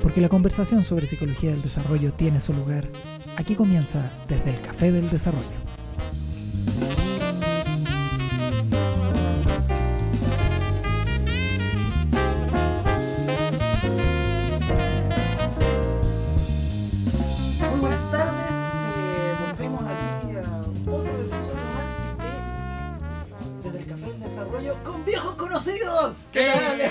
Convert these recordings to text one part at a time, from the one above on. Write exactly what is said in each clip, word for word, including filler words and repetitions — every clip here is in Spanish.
Porque la conversación sobre psicología del desarrollo tiene su lugar. Aquí comienza Desde el Café del Desarrollo. Muy buenas tardes, eh, volvemos aquí a otro episodio más de Desde el Café del Desarrollo con viejos conocidos. ¿Qué tal?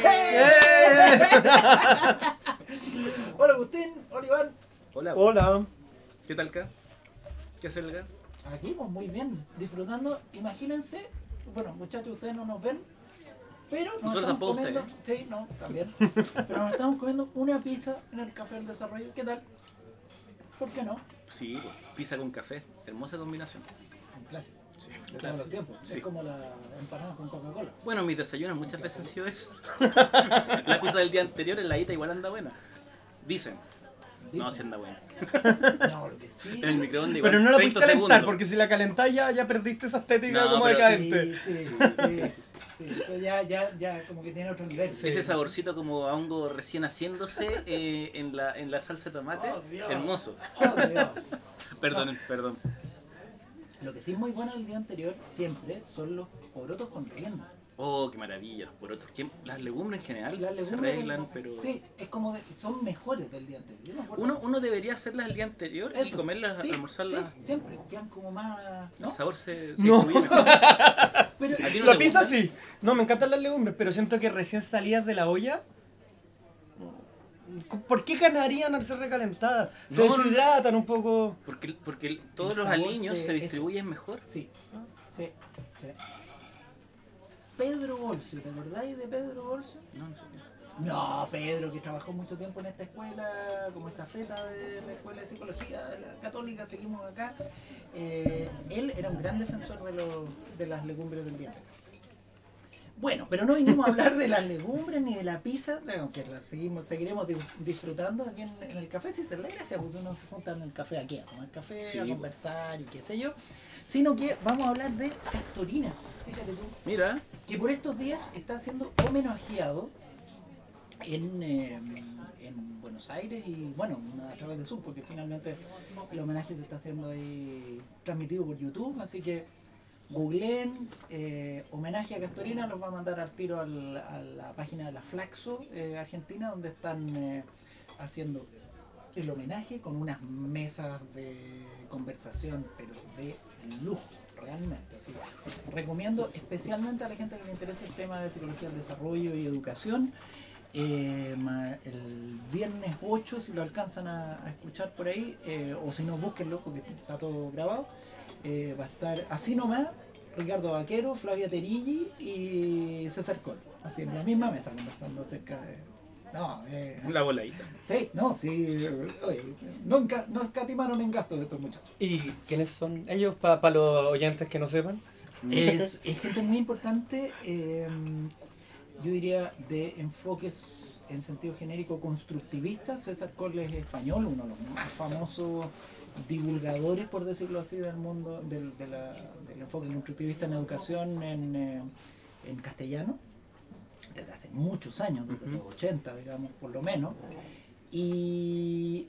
¡Eh! Hola Agustín, hola Iván. Hola. Hola. ¿Qué tal, K? ¿Qué hace el K? Aquí, pues muy bien, disfrutando. Imagínense, bueno, muchachos, ustedes no nos ven, pero nos Nosotros estamos tampoco comiendo. ustedes. Sí, no, también. Pero nos estamos comiendo una pizza en el Café del Desarrollo. ¿Qué tal? ¿Por qué no? Sí, pues, pizza con café. Hermosa combinación. Un clásico. Sí, De todos clásico. los tiempos. Sí. Es como la empanada con Coca-Cola. Bueno, mis desayunos muchas veces han sido eso. La pizza del día anterior, en la ita igual anda buena. Dicen. No, Dicen. si anda buena. No, lo que sí. En el microondas igual. Pero no la puedes treinta calentar, segundos. porque si la calentás ya, ya perdiste esa estética No, como pero- decadente. Sí, sí, sí, Sí, sí, sí, sí, sí. sí, eso ya, ya, ya como que tiene otro nivel. Ese saborcito como a hongo recién haciéndose eh, en, la, en la salsa de tomate. Oh, Dios. Hermoso. Oh, Dios. Perdón, perdón. Lo que sí es muy bueno el día anterior, siempre, son los porotos con rienda. Oh, qué maravilla, los porotos. ¿Quién- Las legumbres en general Las se legumbres, arreglan, no- pero... Sí, es como de- son mejores del día anterior. Yo me acuerdo- Uno, uno debería hacerlas el día anterior y Eso. comerlas, Sí, almorzarlas. sí, siempre, quedan como más... ¿no? El sabor se, se No. distribuye mejor. Pero, ¿A ti no La te pizza gusta? sí. No, me encantan las legumbres, pero siento que recién salidas de la olla. ¿Por qué ganarían al ser recalentadas? Se No, no. deshidratan un poco. Porque, porque todos El los sabor aliños se- se distribuyen mejor. sí, sí, sí. Pedro Bolso, ¿te acordáis de Pedro Bolso? No, no sé qué. No, Pedro, que trabajó mucho tiempo en esta escuela, como estafeta de la Escuela de Psicología de la Católica, seguimos acá. Eh, él era un gran defensor de, los, de las legumbres del día anterior. Bueno, pero no vinimos a hablar de las legumbres ni de la pizza, aunque la seguimos, seguiremos di- disfrutando aquí en, en el café, si se la gracia, pues uno se junta en el café aquí a tomar café, Sí, a pues. conversar y qué sé yo, sino que vamos a hablar de Castorina, fíjate tú, Mira, que por estos días está siendo homenajeado en, eh, en Buenos Aires y bueno, a través de Zoom, porque finalmente el homenaje se está haciendo ahí transmitido por YouTube, así que googleen eh, homenaje a Castorina, los va a mandar al tiro al- a la página de la Flaxo eh, Argentina, donde están eh, haciendo el homenaje con unas mesas de conversación, pero de lujo, realmente. Así que recomiendo especialmente a la gente que le interesa el tema de psicología del desarrollo y educación. Eh, ma- el viernes ocho, si lo alcanzan a, a escuchar por ahí, eh, o si no, búsquenlo porque está todo grabado. Eh, va a estar así nomás Ricardo Vaquero, Flavia Terilli y César Col, así en la misma mesa conversando acerca de... No, eh, la voladita. sí, no, sí, oye, no, enca- no escatimaron en gastos de estos muchachos. ¿Y quiénes son ellos para los oyentes que no sepan? Es, es gente muy importante, eh, yo diría de enfoques en sentido genérico constructivista. César Col es español, uno de los más famosos divulgadores, por decirlo así, del mundo del, de la- del enfoque constructivista en educación en, eh, en castellano, desde hace muchos años, desde Ujú. los ochenta, digamos, por lo menos. Y,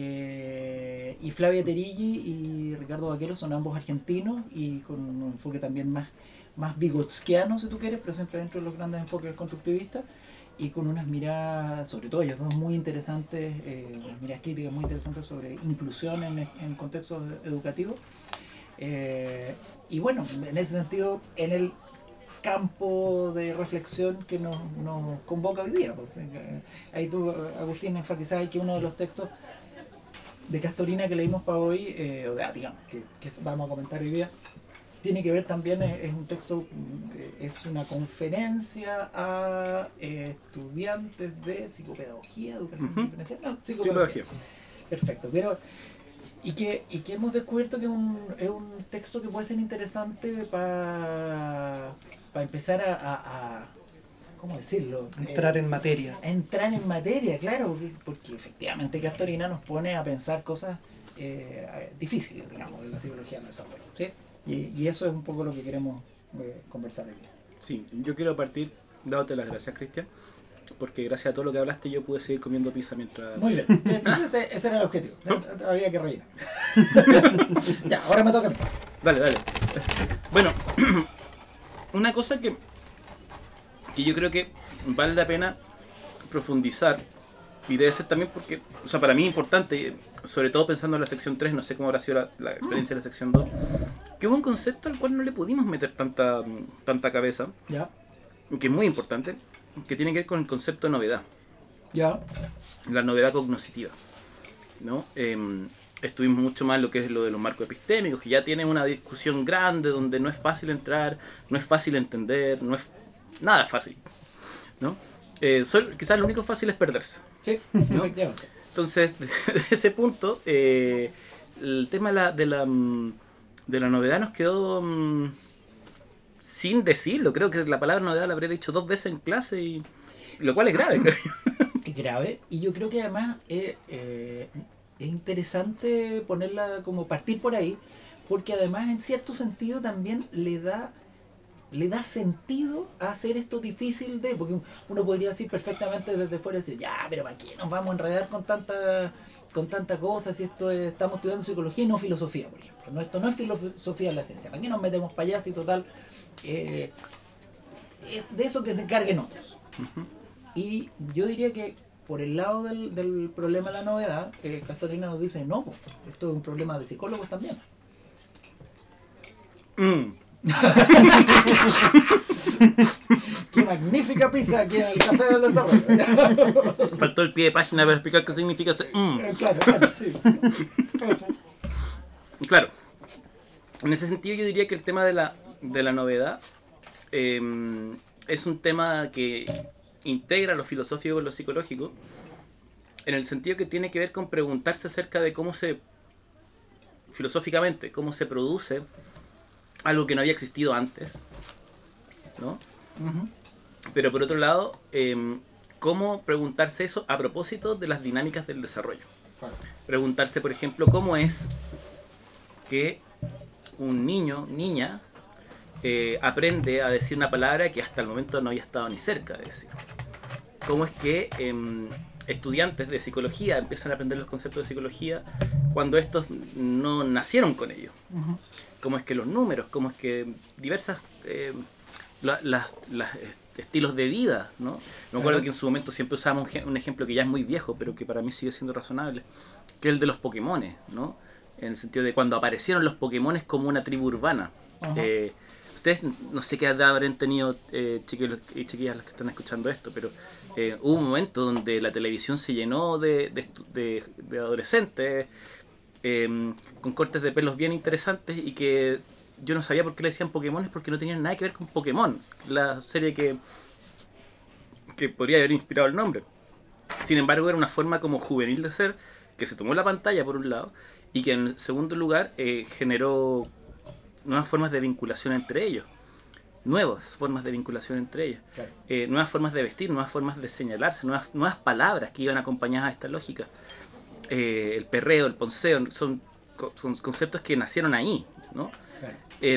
eh, y Flavia Terilli y Ricardo Vaquero son ambos argentinos y con un enfoque también más, más vigotskiano, si tú quieres, pero siempre dentro de los grandes enfoques constructivistas y con unas miradas, sobre todo ellos dos, muy interesantes, eh, unas miradas críticas muy interesantes sobre inclusión en, en contextos educativos. Eh, y bueno, en ese sentido, en el campo de reflexión que nos, nos convoca hoy día. Pues, eh, ahí tú, Agustín, enfatizabas que uno de los textos de Castorina que leímos para hoy, eh, o de, digamos, que, que vamos a comentar hoy día, tiene que ver también, es, es un texto, eh, es una conferencia a eh, estudiantes de psicopedagogía, educación Ujú. diferencial, no, Psicología. Perfecto, pero y que, y que hemos descubierto que es un, es un texto que puede ser interesante para empezar a, a, a, ¿cómo decirlo? Entrar Eh, en materia. a entrar en materia, claro, porque, porque efectivamente Castorina nos pone a pensar cosas eh, difíciles, digamos, de la psicología del desarrollo, ¿sí? Y, y eso es un poco lo que queremos eh, conversar hoy día. Sí, yo quiero partir dándote las gracias, Cristian, porque gracias a todo lo que hablaste yo pude seguir comiendo pizza mientras... Muy bien. Entonces ese, ese era el objetivo. Había que reír. Ya, ahora me toca a mí. Dale, dale. Bueno, una cosa que, que yo creo que vale la pena profundizar, y debe ser también porque, o sea, para mí es importante, sobre todo pensando en la sección tres, no sé cómo habrá sido la, la experiencia de la sección dos, que hubo un concepto al cual no le pudimos meter tanta, tanta cabeza, Ya, que es muy importante, que tiene que ver con el concepto de novedad, ya. la novedad cognoscitiva, ¿no? Eh, estuvimos mucho más en lo que es lo de los marcos epistémicos, que ya tienen una discusión grande donde no es fácil entrar, no es fácil entender, no es nada fácil, ¿no? Eh, solo, quizás lo único fácil es perderse. Sí, ¿no? efectivamente. Entonces, desde ese punto, eh, el tema de la, de, la, de la novedad nos quedó um, sin decirlo. Creo que la palabra novedad la habré dicho dos veces en clase, y lo cual es grave, creo yo. Es grave, y yo creo que además es, eh, es interesante ponerla como partir por ahí, porque además en cierto sentido también le da le da sentido a hacer esto difícil de, porque uno podría decir perfectamente desde fuera, decir, ya, pero ¿para qué nos vamos a enredar con tanta con tanta cosa si esto es, estamos estudiando psicología y no filosofía, por ejemplo? No, esto no es filosofía en la ciencia, ¿para qué nos metemos para allá si total eh, es de eso que se encarguen otros? Uh-huh. Y yo diría que por el lado del, del problema de la novedad, eh, Castorina nos dice, no, pues, esto es un problema de psicólogos también. Mm. ¡Qué magnífica pizza aquí en el Café del Desarrollo! Faltó el pie de página para explicar qué significa ese mm. Eh, claro, claro, sí. Claro. En ese sentido yo diría que el tema de la, de la novedad eh, es un tema que integra lo filosófico con lo psicológico, en el sentido que tiene que ver con preguntarse acerca de cómo se, filosóficamente, cómo se produce algo que no había existido antes, ¿no? Uh-huh. Pero por otro lado, eh, cómo preguntarse eso a propósito de las dinámicas del desarrollo. Claro. Preguntarse, por ejemplo, cómo es que un niño, niña, eh, aprende a decir una palabra que hasta el momento no había estado ni cerca de decir. Cómo es que eh, estudiantes de psicología empiezan a aprender los conceptos de psicología cuando estos no nacieron con ellos. Uh-huh. Cómo es que los números, cómo es que diversas eh, la, la, la, estilos de vida, ¿no? Me acuerdo que en su momento siempre usábamos un, un ejemplo que ya es muy viejo, pero que para mí sigue siendo razonable, que es el de los Pokémones, ¿no? En el sentido de cuando aparecieron los Pokémones como una tribu urbana. Uh-huh. eh, ustedes no sé qué edad habrán tenido, eh, chiquillos y chiquillas las que están escuchando esto, pero eh, hubo un momento donde la televisión se llenó de, de, de, de adolescentes eh, con cortes de pelos bien interesantes, y que yo no sabía por qué le decían Pokémones, porque no tenían nada que ver con Pokémon, la serie que, que podría haber inspirado el nombre. Sin embargo, era una forma como juvenil de ser, que se tomó la pantalla por un lado, y que en segundo lugar eh, generó nuevas formas de vinculación entre ellos, nuevas formas de vinculación entre ellos, claro. eh, nuevas formas de vestir, nuevas formas de señalarse, nuevas, nuevas palabras que iban acompañadas a esta lógica. Eh, el perreo, el ponceo, son, son conceptos que nacieron ahí, ¿no? Claro. Eh,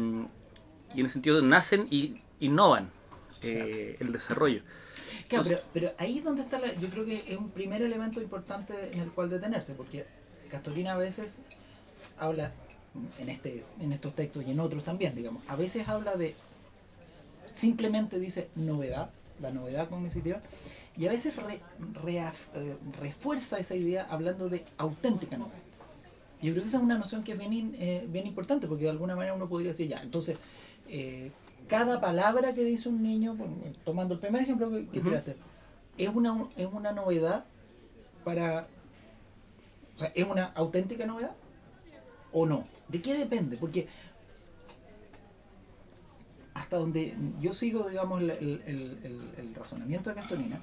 y en ese sentido nacen y innovan eh, claro. el desarrollo. Claro, Entonces, pero, pero ahí es donde está, la, yo creo que es un primer elemento importante en el cual detenerse, porque Castorina a veces habla, en este en estos textos y en otros también, digamos, a veces habla de, simplemente dice novedad, la novedad cognitiva, y a veces re, re, eh, refuerza esa idea hablando de auténtica novedad. Yo creo que esa es una noción que es bien, eh, bien importante, porque de alguna manera uno podría decir, ya, entonces, eh, cada palabra que dice un niño, tomando el primer ejemplo que, que uh-huh. tiraste, es una, es una novedad para... O sea, ¿es una auténtica novedad o no? ¿De qué depende? Porque hasta donde yo sigo, digamos, el, el, el, el razonamiento de Castorina,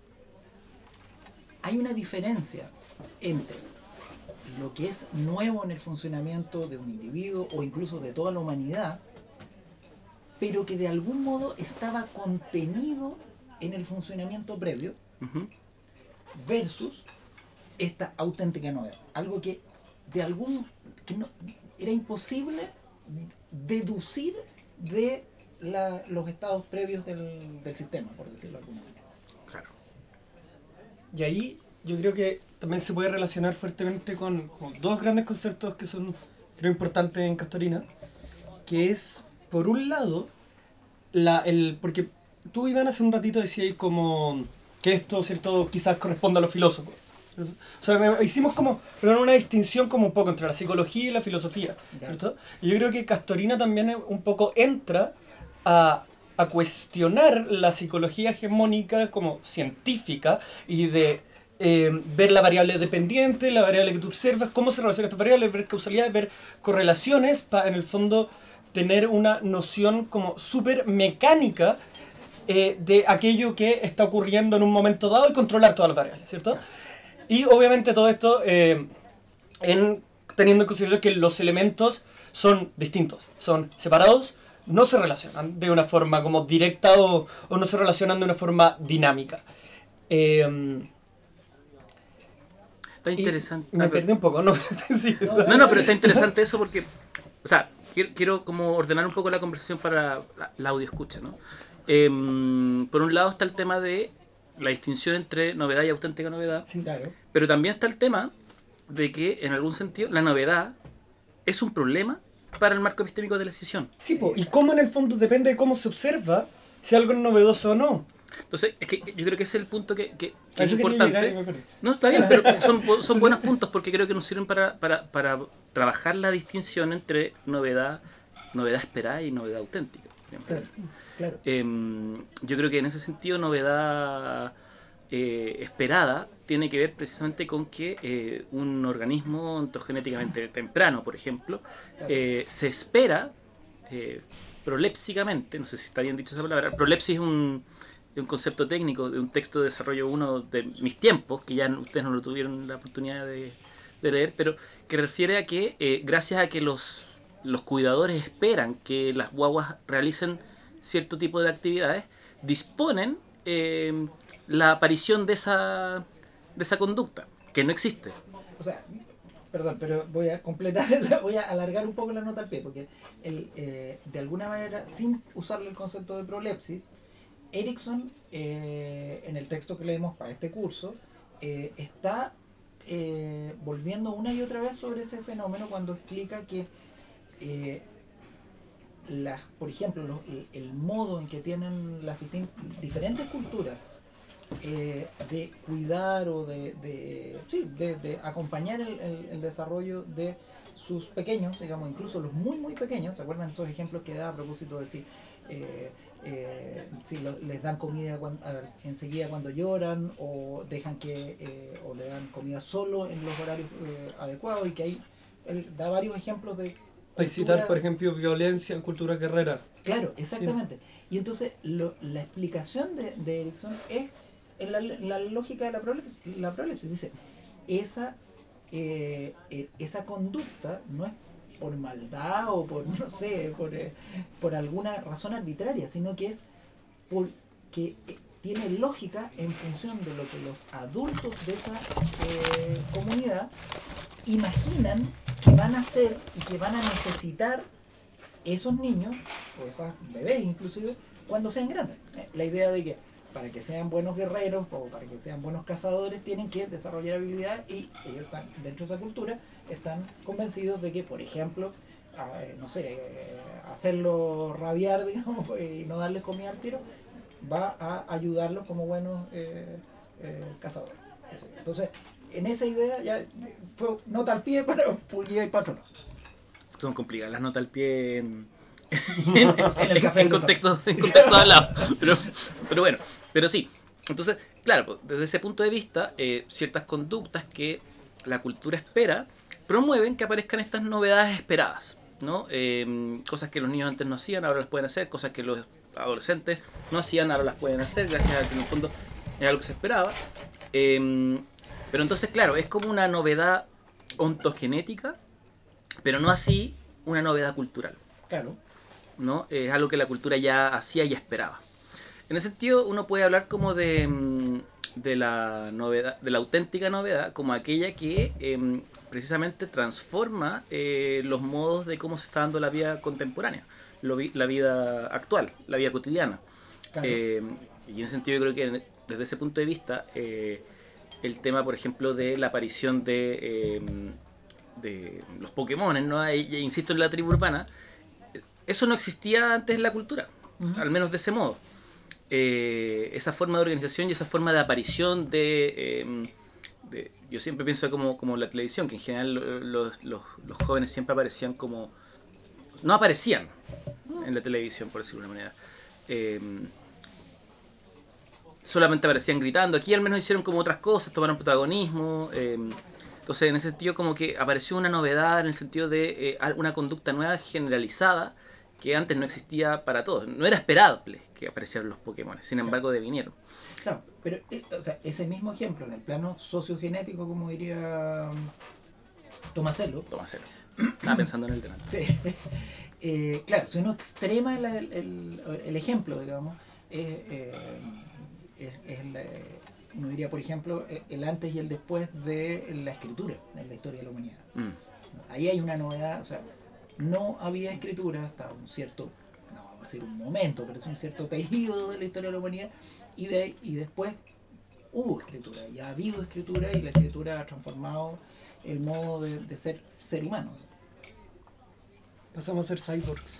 hay una diferencia entre lo que es nuevo en el funcionamiento de un individuo o incluso de toda la humanidad, pero que de algún modo estaba contenido en el funcionamiento previo, uh-huh. versus esta auténtica novedad. Algo que de algún que no era imposible deducir de la, los estados previos del, del sistema, por decirlo de alguna manera. Claro. Y ahí yo creo que también se puede relacionar fuertemente con, con dos grandes conceptos que son, creo, importantes en Castorina, que es, por un lado, la, el, porque tú, Iván, hace un ratito decías como que esto, ¿cierto?, quizás corresponda a los filósofos. ¿Cierto? O sea, me- hicimos como pero una distinción como un poco entre la psicología y la filosofía, ¿cierto? Y yo creo que Castorina también es- un poco entra a, a cuestionar la psicología hegemónica como científica y de eh, ver la variable dependiente, la variable que tú observas, cómo se relacionan estas variables, ver causalidades, ver correlaciones, para en el fondo tener una noción como súper mecánica eh, de aquello que está ocurriendo en un momento dado y controlar todas las variables, ¿cierto? Y obviamente todo esto eh, en, teniendo en consideración que los elementos son distintos, son separados, no se relacionan de una forma como directa o, o no se relacionan de una forma dinámica. Eh, Está y interesante. me Ah, pero- perdí un poco, ¿no? Sí. No, No, no, pero está interesante eso porque, o sea, quiero, quiero como ordenar un poco la conversación para la, la audio escucha, ¿no? Em, por un lado está el tema de la distinción entre novedad y auténtica novedad, Sí, claro. pero también está el tema de que, en algún sentido, la novedad es un problema para el marco epistémico de la decisión. Sí, po, y cómo en el fondo depende de cómo se observa si algo es novedoso o no. Entonces, es que yo creo que ese es el punto que, que- que A es eso quería importante. llegar y me perdí. No, está bien, pero son, bu- son buenos puntos porque creo que nos sirven para, para, para trabajar la distinción entre novedad, novedad esperada y novedad auténtica. digamos. Claro, claro. Em, yo creo que en ese sentido novedad eh, esperada tiene que ver precisamente con que eh, un organismo ontogenéticamente temprano, por ejemplo, eh, se espera eh, prolépsicamente, no sé si está bien dicho esa palabra, prolepsis es un, es un concepto técnico de un texto de desarrollo uno de mis tiempos, que ya ustedes no lo tuvieron la oportunidad de, de leer, pero que refiere a que eh, gracias a que los, los cuidadores esperan que las guaguas realicen cierto tipo de actividades, disponen eh, la aparición de esa, de esa conducta, que no existe. O sea, perdón, pero voy a completar, la- voy a alargar un poco la nota al pie, porque el, eh, de alguna manera, sin usarle el concepto de prolepsis, Erickson, eh, en el texto que leemos para este curso, eh, está eh, volviendo una y otra vez sobre ese fenómeno cuando explica que, eh, las, por ejemplo, los- el, el modo en que tienen las distin- diferentes culturas eh, de cuidar o de, de, sí, de, de acompañar el, el- el desarrollo de sus pequeños, digamos, incluso los muy, muy pequeños. ¿Se acuerdan esos ejemplos que da a propósito de si, eh, eh, si lo- les dan comida cuan- a- enseguida cuando lloran o dejan que, eh, o le dan comida solo en los horarios eh, adecuados? Y que ahí él da varios ejemplos de Hay citar, cultura- por ejemplo, violencia en cultura guerrera. Claro, exactamente. Y entonces lo- la explicación de, de Erickson es en la, la lógica de la prolepsis. La prolepsis dice, esa, eh, eh, esa conducta no es por maldad o por, no sé, por, eh, por alguna razón arbitraria, sino que es porque eh, tiene lógica en función de lo que los adultos de esa eh, comunidad imaginan que van a hacer y que van a necesitar esos niños, o esos bebés inclusive, cuando sean grandes. Eh, La idea de que para que sean buenos guerreros o para que sean buenos cazadores tienen que desarrollar habilidades, y ellos están dentro de esa cultura, están convencidos de que, por ejemplo, ah, eh, no sé, eh, hacerlos rabiar, digamos, y no darles comida al tiro, va a ayudarlos como buenos eh, eh, cazadores. Entonces, en esa idea ya eh, fue nota al pie para Pulguía y Patrono. Son complicadas las notas al pie en, en, En el café en del contexto, en contexto hablado. Pero, pero bueno, pero sí. Entonces, claro, pues, desde ese punto de vista, eh, ciertas conductas que la cultura espera promueven que aparezcan estas novedades esperadas, ¿no? Eh, cosas que los niños antes no hacían, ahora las pueden hacer, cosas que los adolescentes no hacían, ahora las pueden hacer, gracias a que en el fondo era algo que se esperaba. Eh, pero entonces, claro, es como una novedad ontogenética, pero no así una novedad cultural, Claro. ¿no? Es algo que la cultura ya hacía y esperaba. En ese sentido, uno puede hablar como de, mm, de la novedad, de la auténtica novedad, como aquella que eh, precisamente transforma eh, los modos de cómo se está dando la vida contemporánea, lo vi- la vida actual, la vida cotidiana. Claro. Eh, y en ese sentido yo creo que desde ese punto de vista, eh, el tema, por ejemplo, de la aparición de, eh, de los Pokémon, ¿no? Y, y insisto en la tribu urbana, eso no existía antes en la cultura, uh-huh. al menos de ese modo. Eh, esa forma de organización y esa forma de aparición de... Eh, de yo siempre pienso como, como la televisión, que en general los, los, los jóvenes siempre aparecían como... No aparecían en la televisión, por decirlo de una manera. Eh, solamente aparecían gritando. Aquí al menos hicieron como otras cosas, tomaron protagonismo. Eh, entonces, en ese sentido, como que apareció una novedad en el sentido de eh, una conducta nueva generalizada que antes no existía para todos. No era esperable que aparecieran los Pokémon, sin embargo, devinieron. Claro, pero o sea, ese mismo ejemplo, en el plano sociogenético, como diría Tomasello. Tomasello. Estaba pensando en el tema. Sí. Eh, claro, si uno extrema el, el, el ejemplo, digamos, es, eh, es, es la, uno diría, por ejemplo, el antes y el después de la escritura en la historia de la humanidad. Mm. Ahí hay una novedad, o sea, no había escritura hasta un cierto, no vamos a decir un momento, pero es un cierto periodo de la historia de la humanidad, y, de, y después hubo escritura, ya ha habido escritura y la escritura ha transformado el modo de, de ser ser humano. Pasamos a ser cyborgs.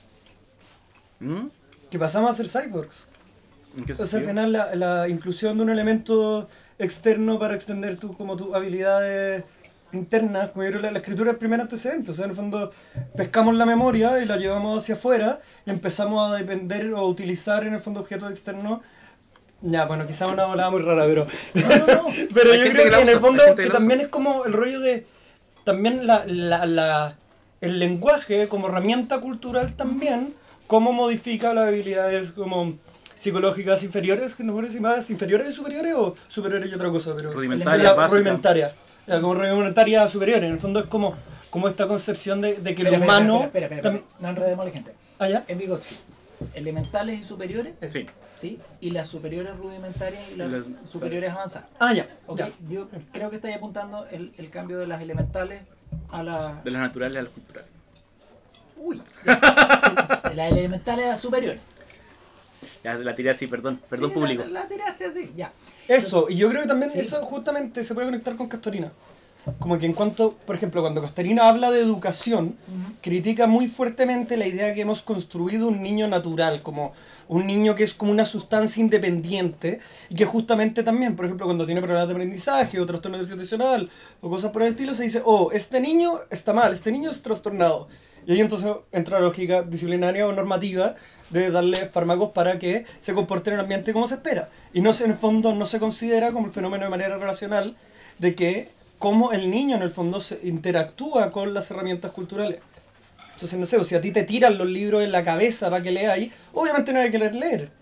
¿Mm? Que pasamos a ser cyborgs. ¿En qué Entonces al final la, la inclusión de un elemento externo para extender tu, como tus habilidades internas, como yo creo la, la escritura es el primer antecedente. O sea, en el fondo pescamos la memoria y la llevamos hacia afuera y empezamos a depender o a utilizar en el fondo objetos externos. Ya, bueno, quizás una volada muy rara, pero... No, no, no. Pero yo creo que, que en el fondo que también es como el rollo de... También la, la, la, el lenguaje como herramienta cultural también, cómo modifica las habilidades como psicológicas inferiores, que no sé si más inferiores y superiores o superiores y otra cosa, pero... Rudimentaria, la, rudimentaria. Ya, como rudimentaria superior, en el fondo es como, como esta concepción de, de que espera, el humano... Espera, espera, espera, espera. No enredemos a la gente. ¿Ah, ya? En Vygotsky, elementales y superiores. Sí. ¿Sí? Y las superiores rudimentarias y las, las superiores avanzadas. Ah, ya. Okay. Ya. Yo creo que estáis apuntando el, el cambio de las elementales a las... De las naturales a las culturales. Uy. De, de las elementales a las superiores. Ya la tiré así, perdón, perdón Sí, público. La, la tiraste así, ya. Eso, y yo creo que también Sí. eso justamente se puede conectar con Castorina. Como que en cuanto, por ejemplo, cuando Castorina habla de educación, uh-huh. critica muy fuertemente la idea que hemos construido un niño natural, como un niño que es como una sustancia independiente, y que justamente también, por ejemplo, cuando tiene problemas de aprendizaje o trastorno decisional o cosas por el estilo, se dice, oh, este niño está mal, este niño es trastornado. Y ahí entonces entra la lógica disciplinaria o normativa de darle fármacos para que se comporte en el ambiente como se espera. Y no se, en el fondo no se considera como el fenómeno de manera relacional de que cómo el niño en el fondo se interactúa con las herramientas culturales. Entonces, no sé, o si a ti te tiran los libros en la cabeza para que leas, obviamente no hay que leer leer.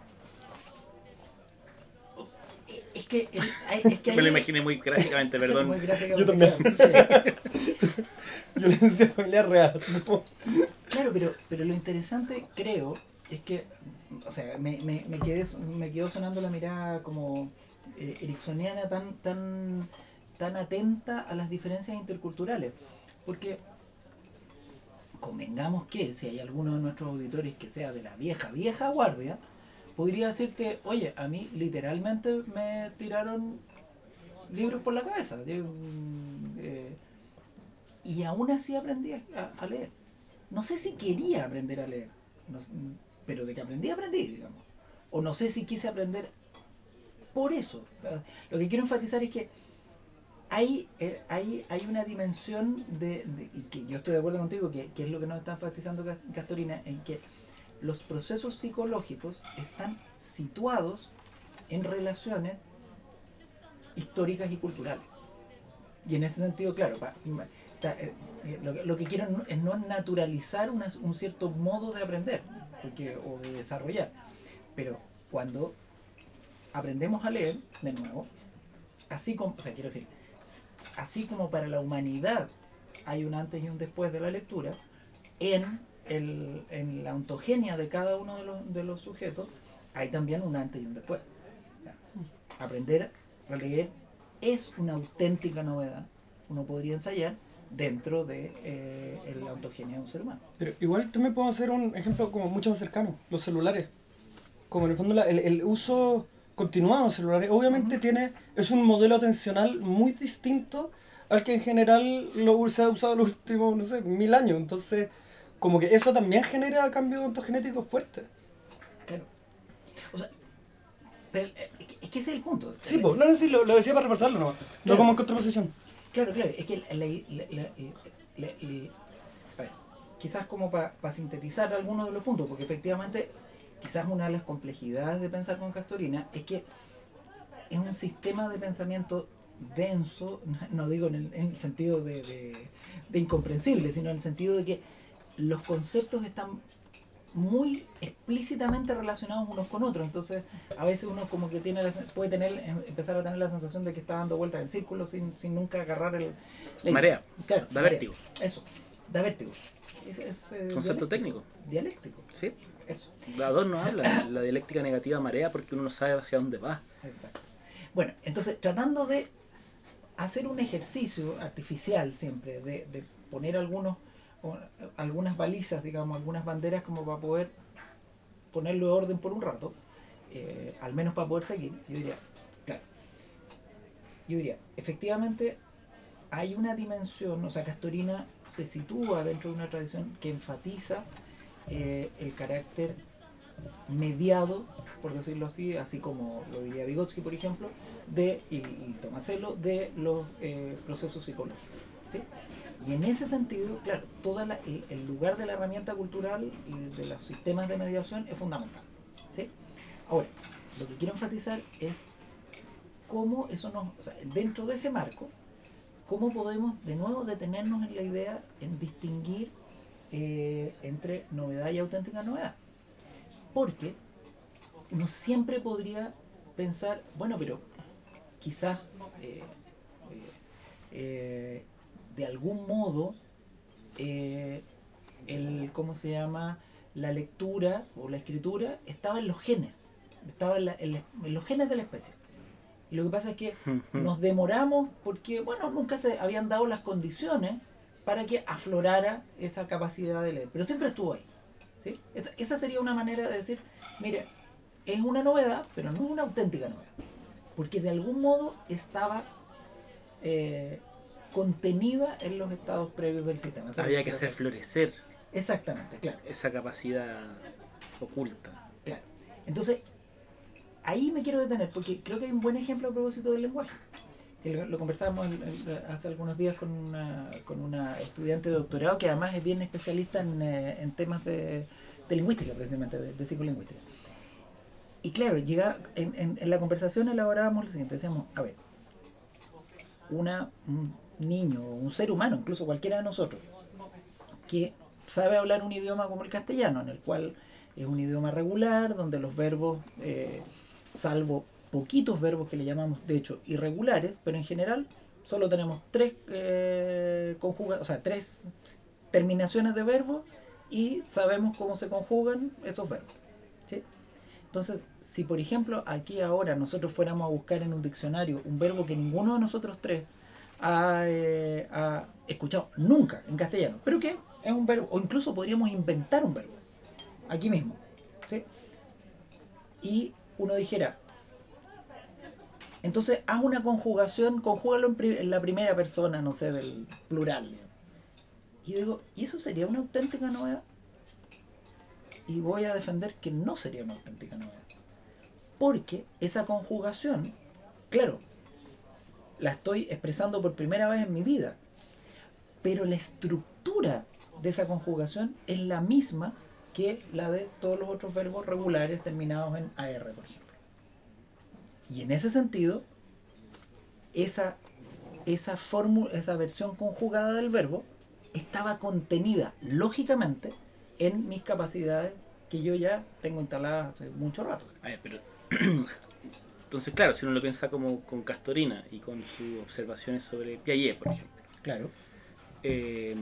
Es que, es que hay... Me lo imaginé muy gráficamente, perdón. Muy gráficamente, Yo también. claro, sí. Violencia familiar real. Claro, pero, pero lo interesante, creo, es que, o sea, me, me, me, quedé, me quedó sonando la mirada como eh, ericksoniana tan, tan, tan atenta a las diferencias interculturales. Porque, convengamos que si hay alguno de nuestros auditores que sea de la vieja, vieja guardia, podría decirte, oye, a mí literalmente me tiraron libros por la cabeza. Yo, eh, y aún así aprendí a, a leer. No sé si quería aprender a leer, no, pero de que aprendí, aprendí, digamos. O no sé si quise aprender por eso. Lo que quiero enfatizar es que hay, eh, hay, hay una dimensión de, de, y que yo estoy de acuerdo contigo, que, que es lo que nos está enfatizando Castorina, en que los procesos psicológicos están situados en relaciones históricas y culturales. Y en ese sentido, claro, pa, ta, eh, lo, lo que quiero es no naturalizar una, un cierto modo de aprender porque, o de desarrollar. Pero cuando aprendemos a leer, de nuevo, así como, o sea, quiero decir, así como para la humanidad hay un antes y un después de la lectura, en, el, en la ontogenia de cada uno de los, de los sujetos hay también un antes y un después. O sea, aprender a leer es una auténtica novedad. Uno podría ensayar dentro de eh, la ontogenia de un ser humano. Pero igual también podemos hacer un ejemplo como mucho más cercano, los celulares. Como en el fondo la, el, el uso continuados celulares, obviamente tiene es un modelo atencional muy distinto al que en general lo se ha usado los últimos, no sé, mil años. Entonces, como que eso también genera cambios ontogenéticos fuertes. Claro. O sea, pero, eh, es que- es que ese es el punto. Sí, pues, no, no, sí, lo, lo decía para reforzarlo nomás, no Claro. como en contraposición. Claro, claro, es que la, la- la- la- la- la- a ver, quizás como para sintetizar algunos de los puntos, porque efectivamente quizás una de las complejidades de pensar con Castorina es que es un sistema de pensamiento denso, no digo en el, en el sentido de, de, de incomprensible, sino en el sentido de que los conceptos están muy explícitamente relacionados unos con otros. Entonces a veces uno como que tiene la, puede tener empezar a tener la sensación de que está dando vueltas en círculo sin, sin nunca agarrar el la idea. Marea. Claro, Da marea. vértigo. Eso, da vértigo. Es, es, eh, Concepto dialéctico. técnico. Dialéctico. Sí. Eso. Adorno habla de la dialéctica negativa marea porque uno no sabe hacia dónde va. Exacto. Bueno, entonces tratando de hacer un ejercicio artificial siempre, de, de poner algunos o, algunas balizas, digamos, algunas banderas como para poder ponerlo de orden por un rato, eh, al menos para poder seguir, yo diría, claro, yo diría, efectivamente hay una dimensión, o sea, Castorina se sitúa dentro de una tradición que enfatiza eh, el carácter mediado, por decirlo así, así como lo diría Vygotsky, por ejemplo, de, y, y Tomasello, de los eh, procesos psicológicos. ¿Sí? Y en ese sentido, claro, todo el, el lugar de la herramienta cultural y de los sistemas de mediación es fundamental. ¿Sí? Ahora, lo que quiero enfatizar es cómo eso nos, o sea, dentro de ese marco, cómo podemos de nuevo detenernos en la idea, en distinguir eh, entre novedad y auténtica novedad. Porque uno siempre podría pensar, bueno, pero quizás eh, eh, eh, de algún modo eh, el, ¿cómo se llama? La lectura o la escritura estaba en los genes, estaba en, la, en, la, en los genes de la especie. Y lo que pasa es que nos demoramos porque, bueno, nunca se habían dado las condiciones para que aflorara esa capacidad de leer, pero siempre estuvo ahí. ¿Sí? Esa, esa sería una manera de decir, mire, es una novedad, pero no es una auténtica novedad, porque de algún modo estaba eh, contenida en los estados previos del sistema. Eso Había es que lo hacer florecer Exactamente, claro, esa capacidad oculta. claro. Entonces, ahí me quiero detener, porque creo que hay un buen ejemplo a propósito del lenguaje. Que lo, lo conversábamos el, el, hace algunos días con una, con una estudiante de doctorado que además es bien especialista en, eh, en temas de, de lingüística, precisamente, de, de psicolingüística. Y claro, llega, en, en, en la conversación elaborábamos lo siguiente, decíamos, a ver, una, un niño, un ser humano, incluso cualquiera de nosotros, que sabe hablar un idioma como el castellano, en el cual es un idioma regular, donde los verbos, eh, salvo poquitos verbos que le llamamos, de hecho, irregulares, pero en general solo tenemos tres eh, conjuga, o sea, tres terminaciones de verbos y sabemos cómo se conjugan esos verbos. ¿Sí? Entonces, si por ejemplo aquí ahora nosotros fuéramos a buscar en un diccionario un verbo que ninguno de nosotros tres ha, eh, ha escuchado nunca en castellano, pero que es un verbo, o incluso podríamos inventar un verbo, aquí mismo, ¿sí? Y uno dijera, entonces haz una conjugación, conjúgalo en, pri en la primera persona, no sé, del plural. Digamos. Y digo, ¿y eso sería una auténtica novedad? Y voy a defender que no sería una auténtica novedad. Porque esa conjugación, claro, la estoy expresando por primera vez en mi vida, pero la estructura de esa conjugación es la misma que la de todos los otros verbos regulares terminados en A R, por ejemplo. Y en ese sentido, esa, esa fórmula, esa versión conjugada del verbo estaba contenida, lógicamente, en mis capacidades que yo ya tengo instaladas hace mucho rato. A ver, pero... Entonces, claro, si uno lo piensa como con Castorina y con sus observaciones sobre Piaget, por ejemplo. Claro. Eh,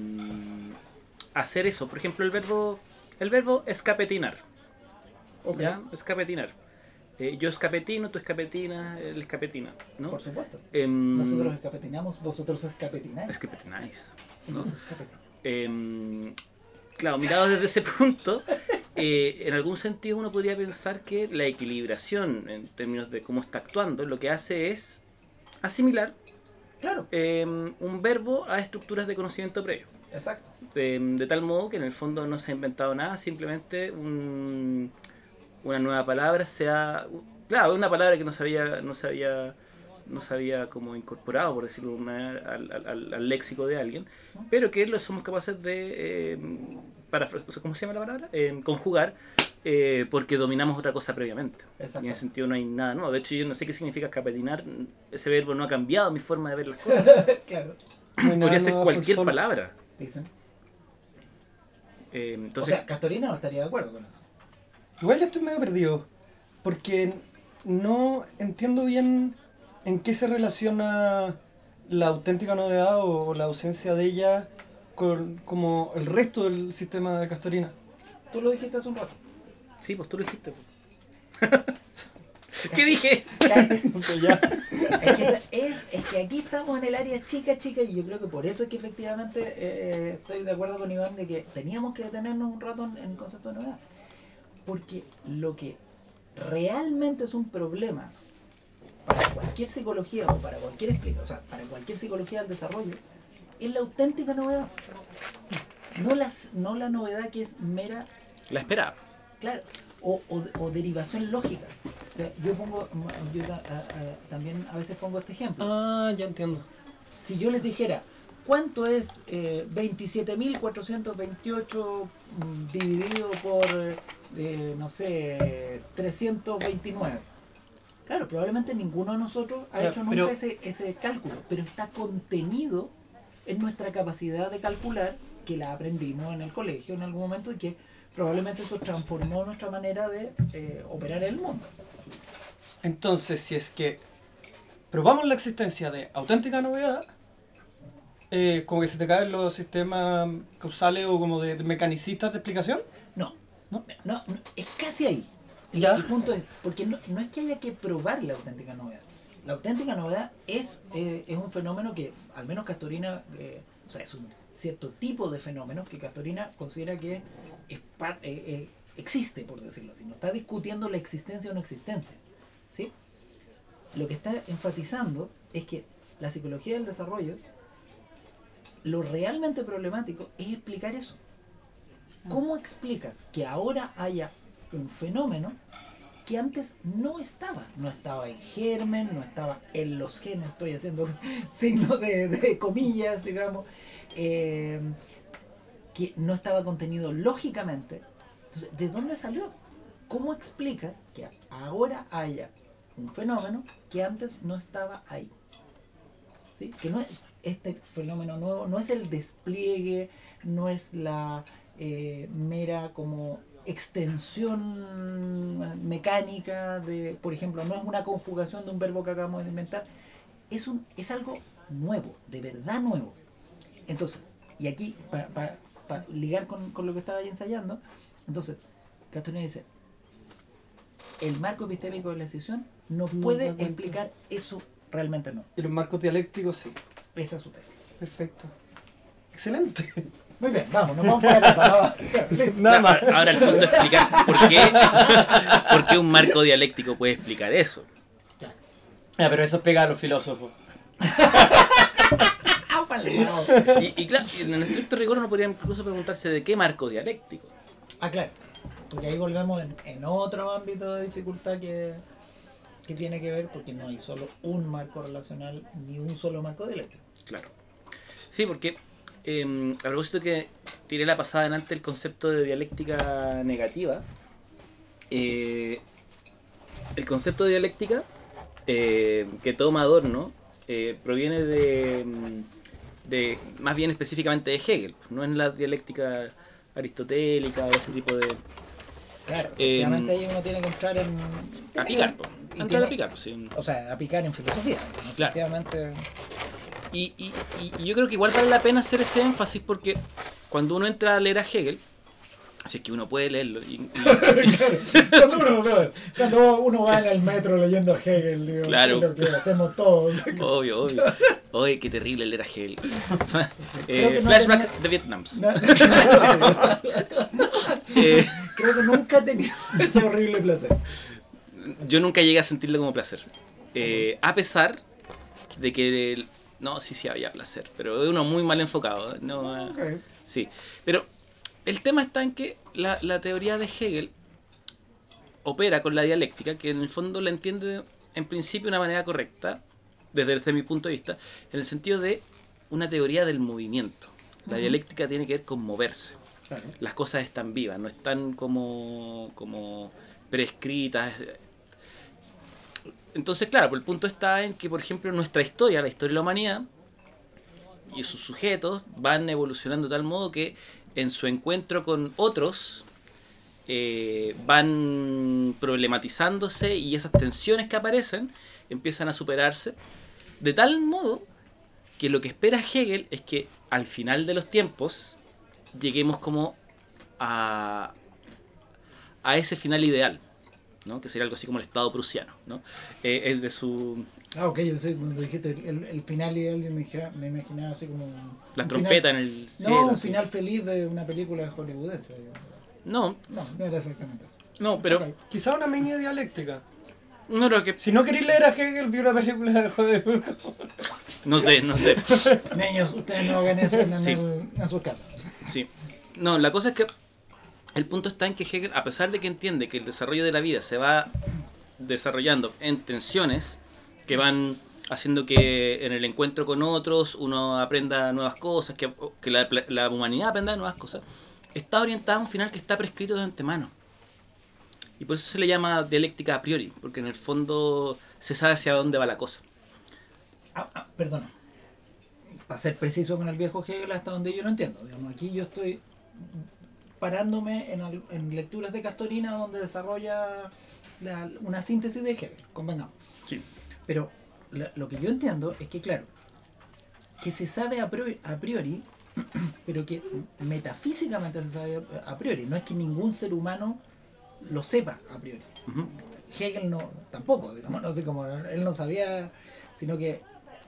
hacer eso, por ejemplo, el verbo el verbo escapetinar. Okay. ¿Ya? Escapetinar. Eh, yo escapetino, tú escapetinas, él escapetina, ¿no? Por supuesto. Eh, Nosotros escapetinamos, vosotros escapetináis. Escapetináis, ¿no? Entonces escapetinamos. Eh, claro, mirado desde ese punto, eh, en algún sentido uno podría pensar que la equilibración en términos de cómo está actuando lo que hace es asimilar Claro, eh, un verbo a estructuras de conocimiento previo. exacto. De, de tal modo que en el fondo no se ha inventado nada, simplemente un, una nueva palabra sea, claro, una palabra que no se había, no se había, no se había como incorporado, por decirlo de una manera, al, al, al léxico de alguien, pero que lo somos capaces de, eh, para, ¿cómo se llama la palabra? Eh, conjugar, eh, porque dominamos otra cosa previamente. Exacto. Y en ese sentido no hay nada nuevo. De hecho, yo no sé qué significa escapetinar. Ese verbo no ha cambiado mi forma de ver las cosas. Claro, No hay nada Podría ser nuevo cualquier por sol. palabra. dicen. Eh, entonces, O sea, Castorina no estaría de acuerdo con eso. Igual ya estoy medio perdido, porque no entiendo bien en qué se relaciona la auténtica novedad o la ausencia de ella con como el resto del sistema de Castorina. Tú lo dijiste hace un rato. sí, pues tú lo dijiste. Pues. ¿Qué dije? No sé, ya. Es que, esa- es, es que aquí estamos en el área chica, chica, y yo creo que por eso es que efectivamente eh, estoy de acuerdo con Iván de que teníamos que detenernos un rato en, en el concepto de novedad. Porque lo que realmente es un problema para cualquier psicología o para cualquier explicación, o sea, para cualquier psicología del desarrollo, es la auténtica novedad. No, las, no la novedad que es mera, La esperaba. claro, o, o, o derivación lógica. O sea, yo pongo, yo ta- a- a- también a veces pongo este ejemplo. Ah, ya entiendo. Si yo les dijera, ¿cuánto es eh, veintisiete mil cuatrocientos veintiocho mm, dividido por, eh, no sé, trescientos veintinueve? Claro, probablemente ninguno de nosotros ha Ya, hecho nunca pero- ese, ese cálculo, pero está contenido en nuestra capacidad de calcular, que la aprendimos en el colegio en algún momento y que probablemente eso transformó nuestra manera de eh, operar en el mundo. Entonces, si es que probamos la existencia de auténtica novedad, eh, como que se te caen los sistemas causales o como de, de mecanicistas de explicación. No, ¿No? no, no, es casi ahí. El, Ya. el punto es, porque no, no es que haya que probar la auténtica novedad. La auténtica novedad es, eh, es un fenómeno que, al menos Castorina, eh, o sea, es un cierto tipo de fenómeno que Castorina considera que es par- eh, eh, existe, por decirlo así. No está discutiendo la existencia o no existencia. ¿Sí? Lo que está enfatizando es que la psicología del desarrollo, lo realmente problemático es explicar eso. ¿Cómo explicas que ahora haya un fenómeno que antes no estaba? No estaba en germen, no estaba en los genes, estoy haciendo signos de, de comillas, digamos, eh, que no estaba contenido lógicamente. Entonces, ¿de dónde salió? ¿Cómo explicas que ahora haya un fenómeno que antes no estaba ahí? ¿Sí? Que no es, este fenómeno nuevo no es el despliegue, no es la eh, mera como extensión mecánica de, por ejemplo, no es una conjugación de un verbo que acabamos de inventar, es un es algo nuevo, de verdad nuevo. Entonces, y aquí para pa, pa ligar con, con lo que estaba ahí ensayando, entonces Castorina dice, el marco epistémico de la decisión no No puede da cuenta. explicar eso, realmente no. Y los marcos dialécticos, sí. Esa es su tesis. Perfecto. Excelente. Muy bien, vamos, nos vamos para la casa. Nada más. Ahora, ahora el punto es explicar por qué, por qué un marco dialéctico puede explicar eso. Ah, pero eso pega a los filósofos. ¡Ah, palmado! Y, y claro, en el estricto rigor uno podría incluso preguntarse de qué marco dialéctico. Ah, claro. Porque ahí volvemos en, en otro ámbito de dificultad que, que tiene que ver, porque no hay solo un marco relacional ni un solo marco dialéctico. Claro. Sí, porque eh, a propósito que tiré la pasada adelante el concepto de dialéctica negativa, eh, el concepto de dialéctica eh, que toma Adorno eh, proviene de, de, más bien específicamente de Hegel, no es la dialéctica aristotélica o ese tipo de... Claro, Eh, efectivamente ahí uno tiene que entrar en... A picar, po. y Entrar tiene- a picar, po, sí. O sea, a picar en filosofía. ¿no? Claro. Efectivamente... Y, y, y- y yo creo que igual vale la pena hacer ese énfasis porque cuando uno entra a leer a Hegel, si es que uno puede leerlo, y, y- cuando, uno, cuando uno va en el metro leyendo a Hegel, digo, Claro. es lo que hacemos todos. obvio, obvio. Oye, qué terrible leer a Hegel. Creo eh, que no flashback tenía- de Vietnams. No, Eh, Creo que nunca he tenido ese horrible placer. yo nunca llegué a sentirlo como placer. Eh, a pesar de que... el- no, sí, sí había placer, pero uno muy mal enfocado. No, eh, Okay. sí. Pero el tema está en que la, la teoría de Hegel opera con la dialéctica, que en el fondo la entiende en principio de una manera correcta, desde, desde mi punto de vista, en el sentido de una teoría del movimiento. La Ujú. dialéctica tiene que ver con moverse. Claro. Las cosas están vivas, no están como, como prescritas. Entonces, claro, pues el punto está en que, por ejemplo, nuestra historia, la historia de la humanidad y sus sujetos van evolucionando de tal modo que en su encuentro con otros eh, van problematizándose y esas tensiones que aparecen empiezan a superarse de tal modo que lo que espera Hegel es que al final de los tiempos lleguemos como a, a ese final ideal, ¿no? Que sería algo así como el Estado prusiano, ¿no? Eh, es de su... Ah, ok, yo sé, cuando dijiste el, el final ideal, yo me, imagina- me imaginaba así como... Las un trompetas final- en el No, cielo. un así. final feliz de una película hollywoodense. No, No, no era exactamente eso. no, pero... Ok. Quizá una mini dialéctica. No creo que... Si no queréis leer a Hegel, vi una película de Hollywood. No sé, no sé. Niños, ustedes no hagan eso en, Sí. el- en sus casas. Sí. No, la cosa es que el punto está en que Hegel, a pesar de que entiende que el desarrollo de la vida se va desarrollando en tensiones que van haciendo que en el encuentro con otros uno aprenda nuevas cosas, que, que la, la humanidad aprenda nuevas cosas, está orientada a un final que está prescrito de antemano. Y por eso se le llama dialéctica a priori, porque en el fondo se sabe hacia dónde va la cosa. Ah, ah, perdona. Para ser preciso con el viejo Hegel, hasta donde yo lo entiendo. Digamos, aquí yo estoy parándome en, al- en lecturas de Castorina donde desarrolla la- una síntesis de Hegel, convengamos. Sí. Pero la- lo que yo entiendo es que, claro, que se sabe a priori, a priori, pero que metafísicamente se sabe a priori. No es que ningún ser humano lo sepa a priori. Ujú. Hegel no, tampoco, digamos, no sé cómo, él no sabía, sino que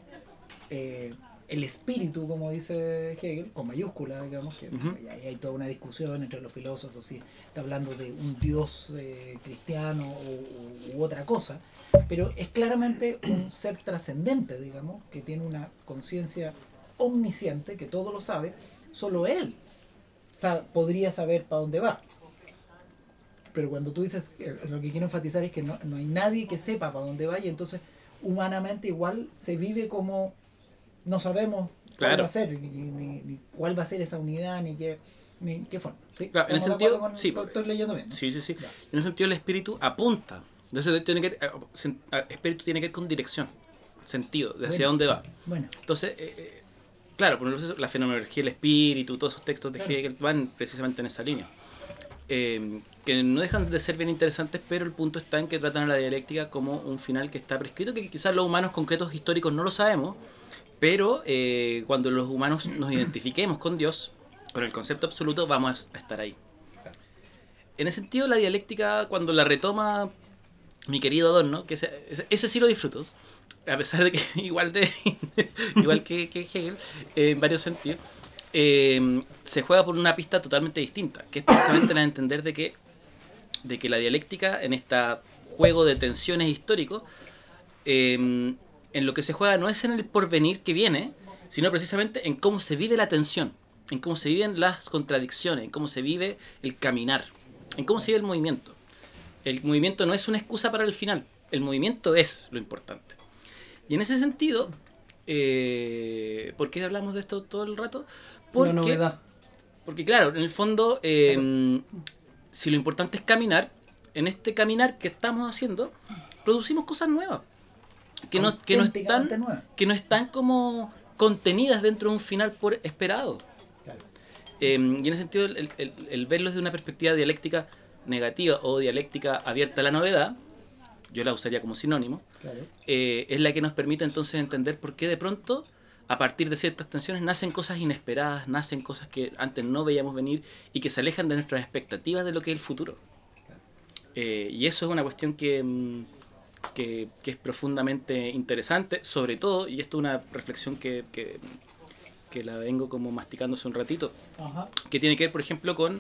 eh, el espíritu, como dice Hegel, con mayúscula, digamos, que Ujú. y ahí hay toda una discusión entre los filósofos si está hablando de un dios eh, cristiano o, u otra cosa, pero es claramente un ser trascendente, digamos, que tiene una conciencia omnisciente, que todo lo sabe, solo él sa- podría saber para dónde va. Pero cuando tú dices, eh, lo que quiero enfatizar es que no, no hay nadie que sepa para dónde va y entonces humanamente igual se vive como no sabemos cuál Claro. va a ser, ni, ni- ni cuál va a ser esa unidad, ni qué, ni qué forma. ¿Sí? Claro, en ese ¿Estamos de acuerdo sentido, con- sí, lo estoy leyendo bien, ¿no? Sí, sí, sí. Ya. En ese sentido el espíritu apunta. Entonces tiene que ver, eh, sen- eh, espíritu tiene que ver con dirección, sentido, de hacia Bueno. dónde va. Bueno, Entonces, eh, eh, claro, por eso la fenomenología del espíritu, todos esos textos de Claro. Hegel van precisamente en esa línea. Eh, que no dejan de ser bien interesantes, pero el punto está en que tratan a la dialéctica como un final que está prescrito, que quizás los humanos concretos históricos no lo sabemos, pero eh, cuando los humanos nos identifiquemos con Dios, con el concepto absoluto, vamos a estar ahí. En ese sentido, la dialéctica, cuando la retoma mi querido Adorno, que ese, ese, ese sí lo disfruto, a pesar de que igual de igual que, que Hegel, eh, en varios sentidos, eh, se juega por una pista totalmente distinta, que es precisamente la de entender de que, de que la dialéctica, en este juego de tensiones históricos, eh, en lo que se juega no es en el porvenir que viene, sino precisamente en cómo se vive la tensión, en cómo se viven las contradicciones, en cómo se vive el caminar, en cómo se vive el movimiento. El movimiento no es una excusa para el final, el movimiento es lo importante. Y en ese sentido, eh, ¿por qué hablamos de esto todo el rato? Porque, Una novedad. porque claro, en el fondo, eh, si lo importante es caminar, en este caminar que estamos haciendo, producimos cosas nuevas. Que no, que no auténticamente están, nuevas. que no están como contenidas dentro de un final por esperado. Claro. Eh, y en ese sentido, el, el, el verlo desde una perspectiva dialéctica negativa o dialéctica abierta a la novedad, yo la usaría como sinónimo, Claro. eh, es la que nos permite entonces entender por qué de pronto, a partir de ciertas tensiones, nacen cosas inesperadas, nacen cosas que antes no veíamos venir y que se alejan de nuestras expectativas de lo que es el futuro. Eh, y eso es una cuestión que, mm, que, que es profundamente interesante, sobre todo, y esto es una reflexión que, que, que la vengo como masticando hace un ratito, Ajá. que tiene que ver, por ejemplo, con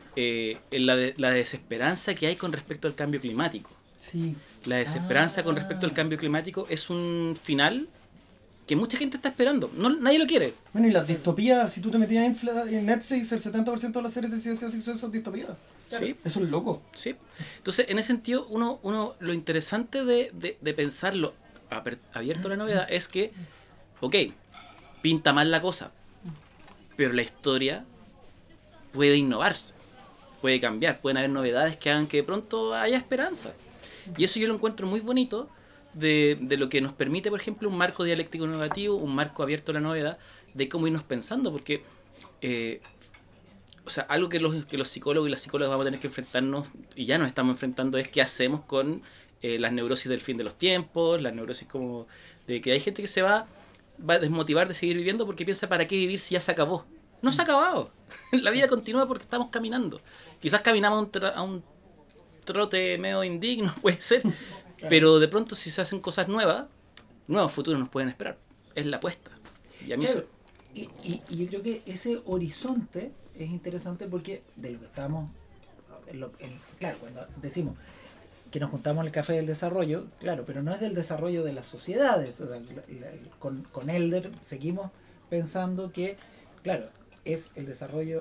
eh, en la, de, la desesperanza que hay con respecto al cambio climático. Sí. La desesperanza Ah. con respecto al cambio climático es un final que mucha gente está esperando. No, nadie lo quiere. Bueno, y las distopías, si tú te metías en Fla- en Netflix, el setenta por ciento de las series de ciencia ficción son distopías. ¿Sí? Eso es loco. Sí. Entonces, en ese sentido, uno, uno lo interesante de, de, de pensarlo aper- abierto a la novedad es que, ok, pinta mal la cosa, pero la historia puede innovarse, puede cambiar, pueden haber novedades que hagan que de pronto haya esperanza. Y eso yo lo encuentro muy bonito de, de lo que nos permite, por ejemplo, un marco dialéctico innovativo, un marco abierto a la novedad, de cómo irnos pensando, porque... Eh, O sea, algo que los, que los psicólogos y las psicólogas vamos a tener que enfrentarnos, y ya nos estamos enfrentando, es qué hacemos con eh, las neurosis del fin de los tiempos, las neurosis como de que hay gente que se va, va a desmotivar de seguir viviendo porque piensa para qué vivir si ya se acabó. No se ha acabado. La vida continúa porque estamos caminando. Quizás caminamos a un, tra- a un trote medio indigno, puede ser, pero de pronto si se hacen cosas nuevas, nuevos futuros nos pueden esperar. Es la apuesta. Y a mí Claro, eso- y, y, y yo creo que ese horizonte es interesante porque de lo que estamos, de lo- el- claro, cuando decimos que nos juntamos en el café del desarrollo, claro, pero no es del desarrollo de las sociedades. O sea, la- la- con, con Elder seguimos pensando que, claro, es el desarrollo,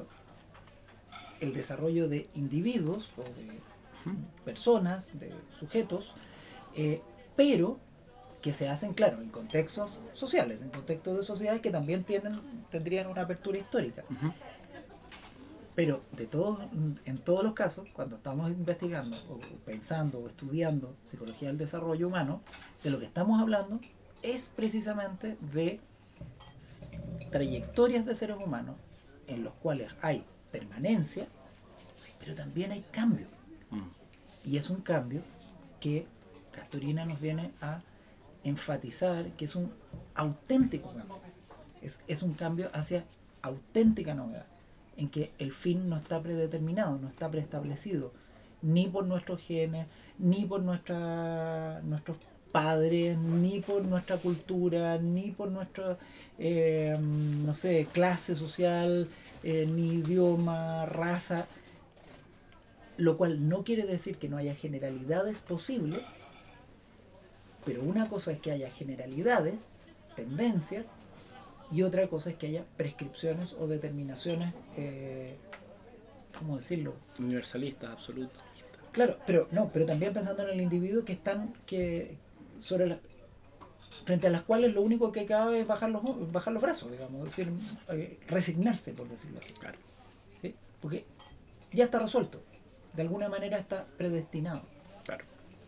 el desarrollo de individuos o de personas, de sujetos, eh, pero que se hacen, claro, en contextos sociales, en contextos de sociedades que también tienen, tendrían una apertura histórica. Ujú. Pero de todos, en todos los casos, cuando estamos investigando o pensando o estudiando psicología del desarrollo humano, de lo que estamos hablando es precisamente de s- trayectorias de seres humanos en los cuales hay permanencia, pero también hay cambio. Mm. Y es un cambio que Castorina nos viene a enfatizar que es un auténtico cambio. Es, es un cambio hacia auténtica novedad, en que el fin no está predeterminado, no está preestablecido, ni por nuestros genes, ni por nuestra, nuestros padres, ni por nuestra cultura, ni por nuestra, eh, no sé, clase social, eh, ni idioma, raza, lo cual no quiere decir que no haya generalidades posibles, pero una cosa es que haya generalidades, tendencias, y otra cosa es que haya prescripciones o determinaciones, eh, ¿cómo decirlo? Universalista, absoluto. Claro, pero no, pero también pensando en el individuo que están que sobre la, frente a las cuales lo único que cabe es bajar los bajar los brazos, digamos, es decir, eh, resignarse, por decirlo así. Claro. ¿Sí? Porque ya está resuelto, de alguna manera está predestinado. Claro.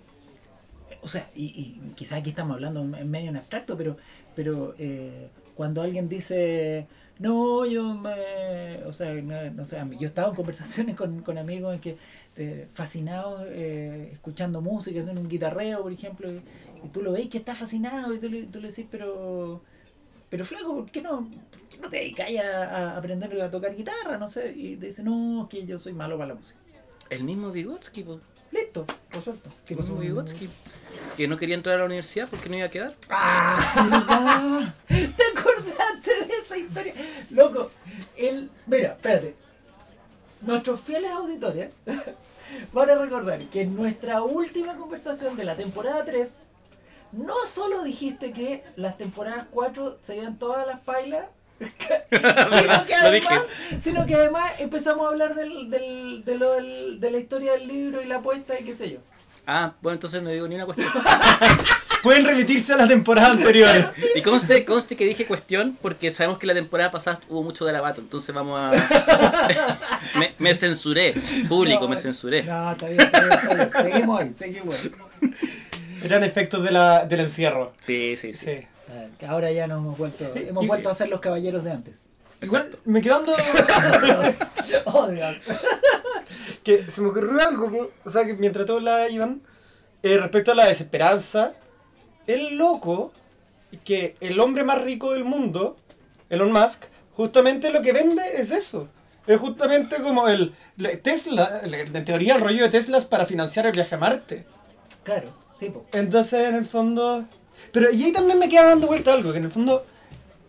O sea, y, y quizás aquí estamos hablando en medio en abstracto, pero, pero eh, cuando alguien dice, no, yo me, o sea, no, no sé, yo he estado en conversaciones con, con amigos en que eh, fascinados eh, escuchando música, haciendo un guitarreo, por ejemplo, y, y tú lo ves que está fascinado, y tú le, tú le decís, pero, pero flaco, ¿por qué no, por qué no te dedicas a, a aprender a tocar guitarra? No sé, y te dice, no, es que yo soy malo para la música. El mismo Vygotsky, po. Listo, resuelto. ¿Qué pasó con Vygotsky? Que no quería entrar a la universidad porque no iba a quedar. ¡Ah! ¿Te acordaste de esa historia? Loco, el... Mira, espérate. Nuestros fieles auditores van a recordar que en nuestra última conversación de la temporada tres, no solo dijiste que las temporadas cuatro se iban todas las pailas, sino, que Lo dije. además, sino que además empezamos a hablar del, del, de, lo del, de la historia del libro y la apuesta y qué sé yo. Ah, bueno, entonces no digo ni una cuestión. Pueden remitirse a las temporadas anteriores. Y conste, conste que dije cuestión porque sabemos que la temporada pasada hubo mucho garabato, entonces vamos a... me, me censuré, público, No, me censuré. No, está bien, está bien, está bien. Seguimos ahí, seguimos ahí. Eran efectos de la, del encierro. Sí, sí, sí. Sí. Está bien, que ahora ya nos hemos vuelto, hemos y- vuelto a ser los caballeros de antes. Igual, Exacto. me quedando... Oh Dios, oh Dios. que se me ocurrió algo que, o sea, que mientras todos la iban, eh, respecto a la desesperanza, el loco que el hombre más rico del mundo, Elon Musk, justamente lo que vende es eso. Es justamente como el la- Tesla, la- en teoría el rollo de Tesla es para financiar el viaje a Marte. Claro, sí, po. Entonces, en el fondo... Pero y ahí también me queda dando vuelta algo, que en el fondo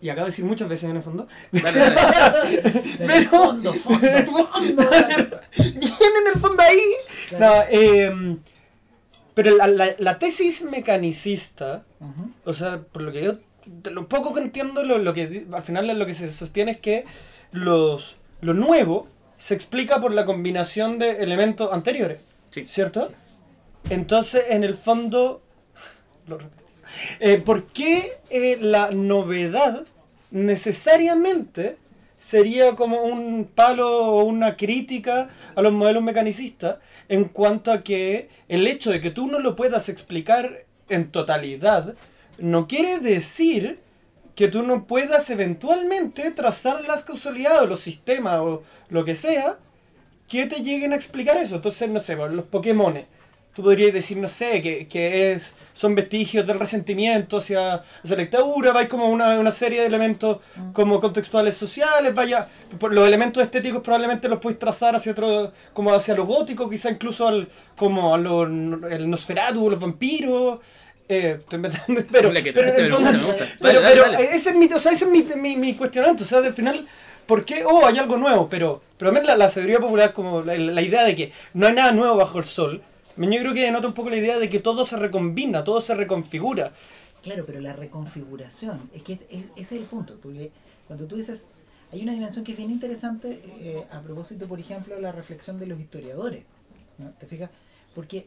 y acabo de decir muchas veces en el fondo, Dale, dale. Pero, fondo, fondo, fondo. bien en el fondo ahí. Claro. No, eh, pero la, la, la tesis mecanicista, Uh-huh. o sea, por lo que yo, de lo poco que entiendo, lo, lo que di- al final lo que se sostiene es que los lo nuevo se explica por la combinación de elementos anteriores, Sí. ¿cierto? Entonces, en el fondo, lo repito. Eh, ¿Por qué eh, la novedad necesariamente sería como un palo o una crítica a los modelos mecanicistas en cuanto a que el hecho de que tú no lo puedas explicar en totalidad no quiere decir que tú no puedas eventualmente trazar las causalidades o los sistemas o lo que sea que te lleguen a explicar eso? Entonces, no sé, por los Pokémones. Tú podrías decir, no sé, que, que es, son vestigios del resentimiento hacia, hacia la dictadura, vais como una, una serie de elementos como contextuales sociales, vaya, por los elementos estéticos probablemente los podéis trazar hacia otro, como hacia lo gótico, quizá incluso al, como a lo, el Nosferatu, los vampiros. Eh, estoy inventando, pero, Hola, que pero, traste, pero me entonces- gusta, me gusta. pero- Dale, dale, pero dale. ese es mi, o sea, ese es mi, mi, mi cuestionamiento, o sea, al final, ¿por qué? Oh, hay algo nuevo, pero, pero también la, la sabiduría popular, como la, la idea de que no hay nada nuevo bajo el sol, yo creo que denota un poco la idea de que todo se recombina, todo se reconfigura. Claro, pero la reconfiguración, es que es- es- ese es el punto, porque cuando tú dices, hay una dimensión que es bien interesante eh, a propósito, por ejemplo, de la reflexión de los historiadores, ¿no? ¿Te fijas? Porque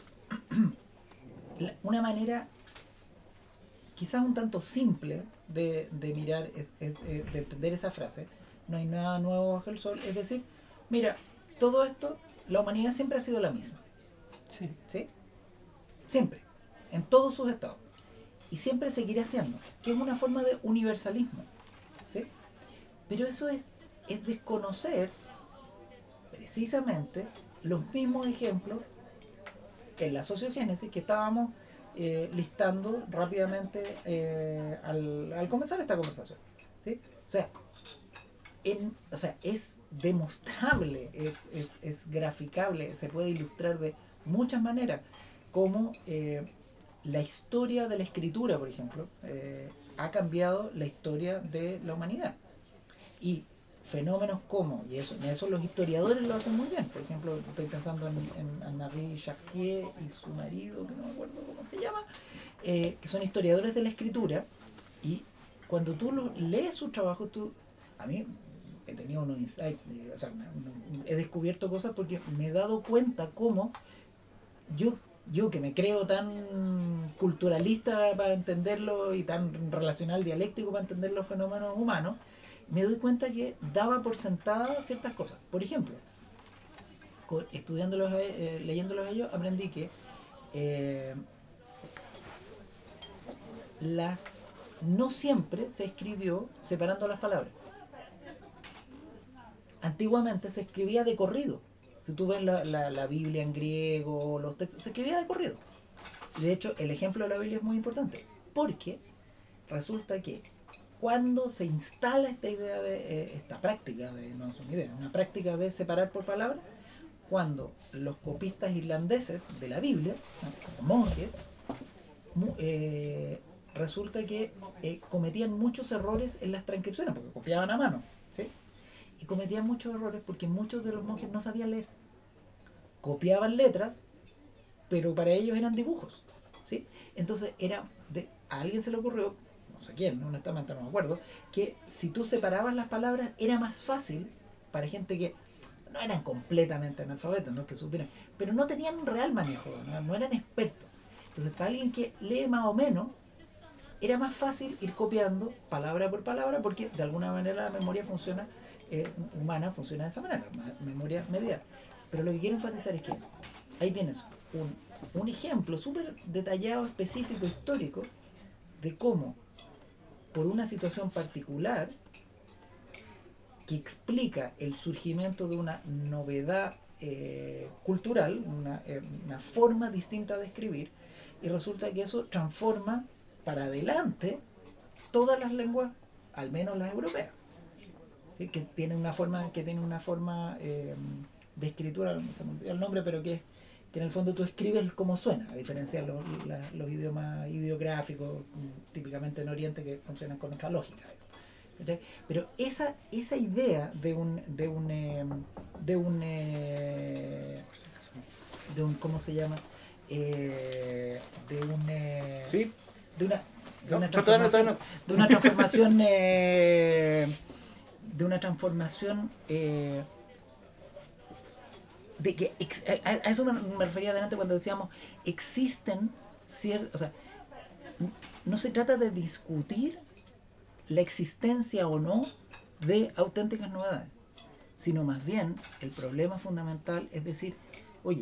la- una manera quizás un tanto simple de, de mirar, es, es, eh, de entender esa frase, no hay nada nuevo bajo el sol, es decir, mira, todo esto, la humanidad siempre ha sido la misma. Sí. ¿Sí? Siempre, en todos sus estados. Y siempre seguirá siendo, que es una forma de universalismo. ¿Sí? Pero eso es, es desconocer precisamente los mismos ejemplos en la sociogénesis que estábamos eh, listando rápidamente eh, al, al comenzar esta conversación. ¿Sí? O sea, en, o sea, es demostrable, es, es, es graficable, se puede ilustrar de muchas maneras, como eh, la historia de la escritura, por ejemplo, eh, ha cambiado la historia de la humanidad. Y fenómenos como, y eso, eso los historiadores lo hacen muy bien, por ejemplo, estoy pensando en, en Anne-Marie Chartier y su marido, que no me acuerdo cómo se llama, eh, que son historiadores de la escritura, y cuando tú lo, lees sus trabajos, tú, a mí he tenido unos insights, eh, o sea, he descubierto cosas porque me he dado cuenta cómo yo, yo que me creo tan culturalista para entenderlo y tan relacional dialéctico para entender los fenómenos humanos, me doy cuenta que daba por sentada ciertas cosas. Por ejemplo, estudiándolos, eh, leyéndolos a ellos, aprendí que eh, las no siempre se escribió separando las palabras. Antiguamente se escribía de corrido. Si tú ves la, la, la Biblia en griego, los textos, se escribía de corrido. De hecho, el ejemplo de la Biblia es muy importante, porque resulta que cuando se instala esta idea de, eh, esta práctica de, no es una idea, una práctica de separar por palabras, cuando los copistas irlandeses de la Biblia, ¿no? Los monjes, mu, eh, resulta que eh, cometían muchos errores en las transcripciones, porque copiaban a mano, ¿sí? Y cometían muchos errores porque muchos de los monjes no sabían leer. Copiaban letras, pero para ellos eran dibujos, ¿sí? Entonces era de, a alguien se le ocurrió, no sé quién, honestamente no me acuerdo, que si tú separabas las palabras era más fácil para gente que no eran completamente analfabetos, no es que supieran, pero no tenían un real manejo, no, no eran expertos. Entonces para alguien que lee más o menos, era más fácil ir copiando palabra por palabra porque de alguna manera la memoria funciona, eh, humana funciona de esa manera, memoria medial. Pero lo que quiero enfatizar es que ahí tienes un, un ejemplo súper detallado, específico, histórico, de cómo por una situación particular que explica el surgimiento de una novedad eh, cultural, una, eh, una forma distinta de escribir, y resulta que eso transforma para adelante todas las lenguas, al menos las europeas, ¿sí? que tienen una forma, que tienen una forma eh, de escritura, no se me olvidó el nombre, pero que, que en el fondo tú escribes como suena, a diferencia de los, la, los idiomas ideográficos, típicamente en Oriente, que funcionan con otra lógica. ¿Cachai? Pero esa, esa idea de un, de un, eh, de un, eh, de un, ¿cómo se llama? Eh, de un, eh, ¿Sí? de una, de No, una no, todavía no, transformación, todavía no. de una transformación, eh, de una transformación, eh, de que ex, a, a eso me, me refería adelante cuando decíamos existen ciertos, o sea, no se trata de discutir la existencia o no de auténticas novedades, sino más bien el problema fundamental es decir, oye,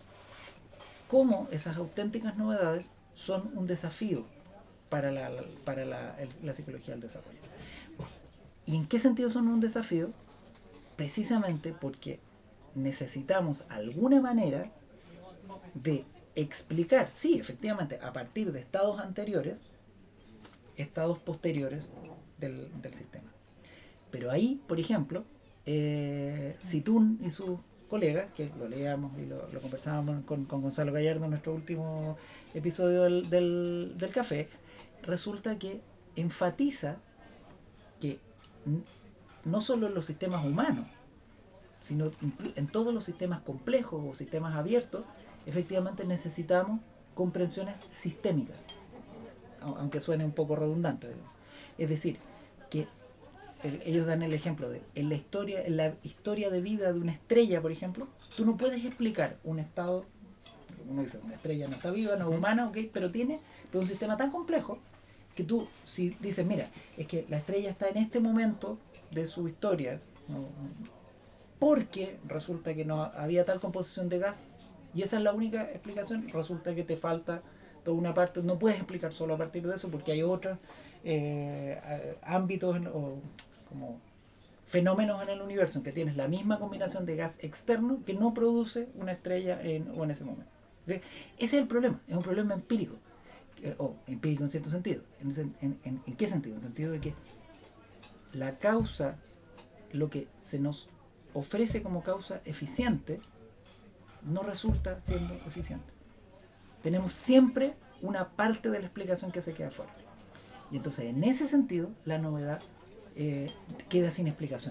cómo esas auténticas novedades son un desafío para la, para la, el, la psicología del desarrollo. ¿Y en qué sentido son un desafío? Precisamente porque necesitamos alguna manera de explicar, sí, efectivamente, a partir de estados anteriores, estados posteriores del, del sistema. Pero ahí, por ejemplo, eh, Zitún y sus colegas, que lo leíamos y lo, lo conversábamos con, con Gonzalo Gallardo en nuestro último episodio del, del, del café, resulta que enfatiza que no solo en los sistemas humanos, sino en todos los sistemas complejos o sistemas abiertos, efectivamente necesitamos comprensiones sistémicas, aunque suene un poco redundante, digamos. Es decir, que el, ellos dan el ejemplo de en la historia, en la historia de vida de una estrella, por ejemplo, tú no puedes explicar un estado, uno dice, una estrella no está viva, no es humana, okay, pero tiene pero un sistema tan complejo que tú, si dices, mira, es que la estrella está en este momento de su historia, ¿no? Porque resulta que no había tal composición de gas y esa es la única explicación, resulta que te falta toda una parte, no puedes explicar solo a partir de eso porque hay otros eh, ámbitos o como fenómenos en el universo en que tienes la misma combinación de gas externo que no produce una estrella en, o en ese momento. ¿Ves? Ese es el problema, es un problema empírico, eh, o empírico en cierto sentido. ¿En, en, en, ¿En qué sentido? En el sentido de que la causa, lo que se nos ofrece como causa eficiente, no resulta siendo eficiente. Tenemos siempre una parte de la explicación que se queda fuera. Y entonces, en ese sentido, la novedad eh, queda sin explicación.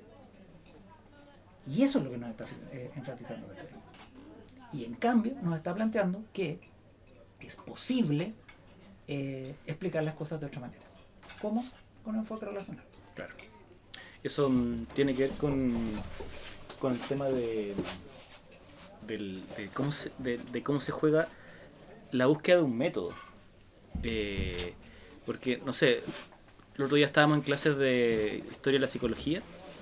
Y eso es lo que nos está eh, enfatizando la teoría. Y en cambio, nos está planteando que es posible eh, explicar las cosas de otra manera. ¿Cómo? Con enfoque relacional. Claro. Eso um, tiene que ver con, con el tema de, del, de, cómo se, de, de cómo se juega la búsqueda de un método. Eh, porque, no sé, el otro día estábamos en clases de historia de la psicología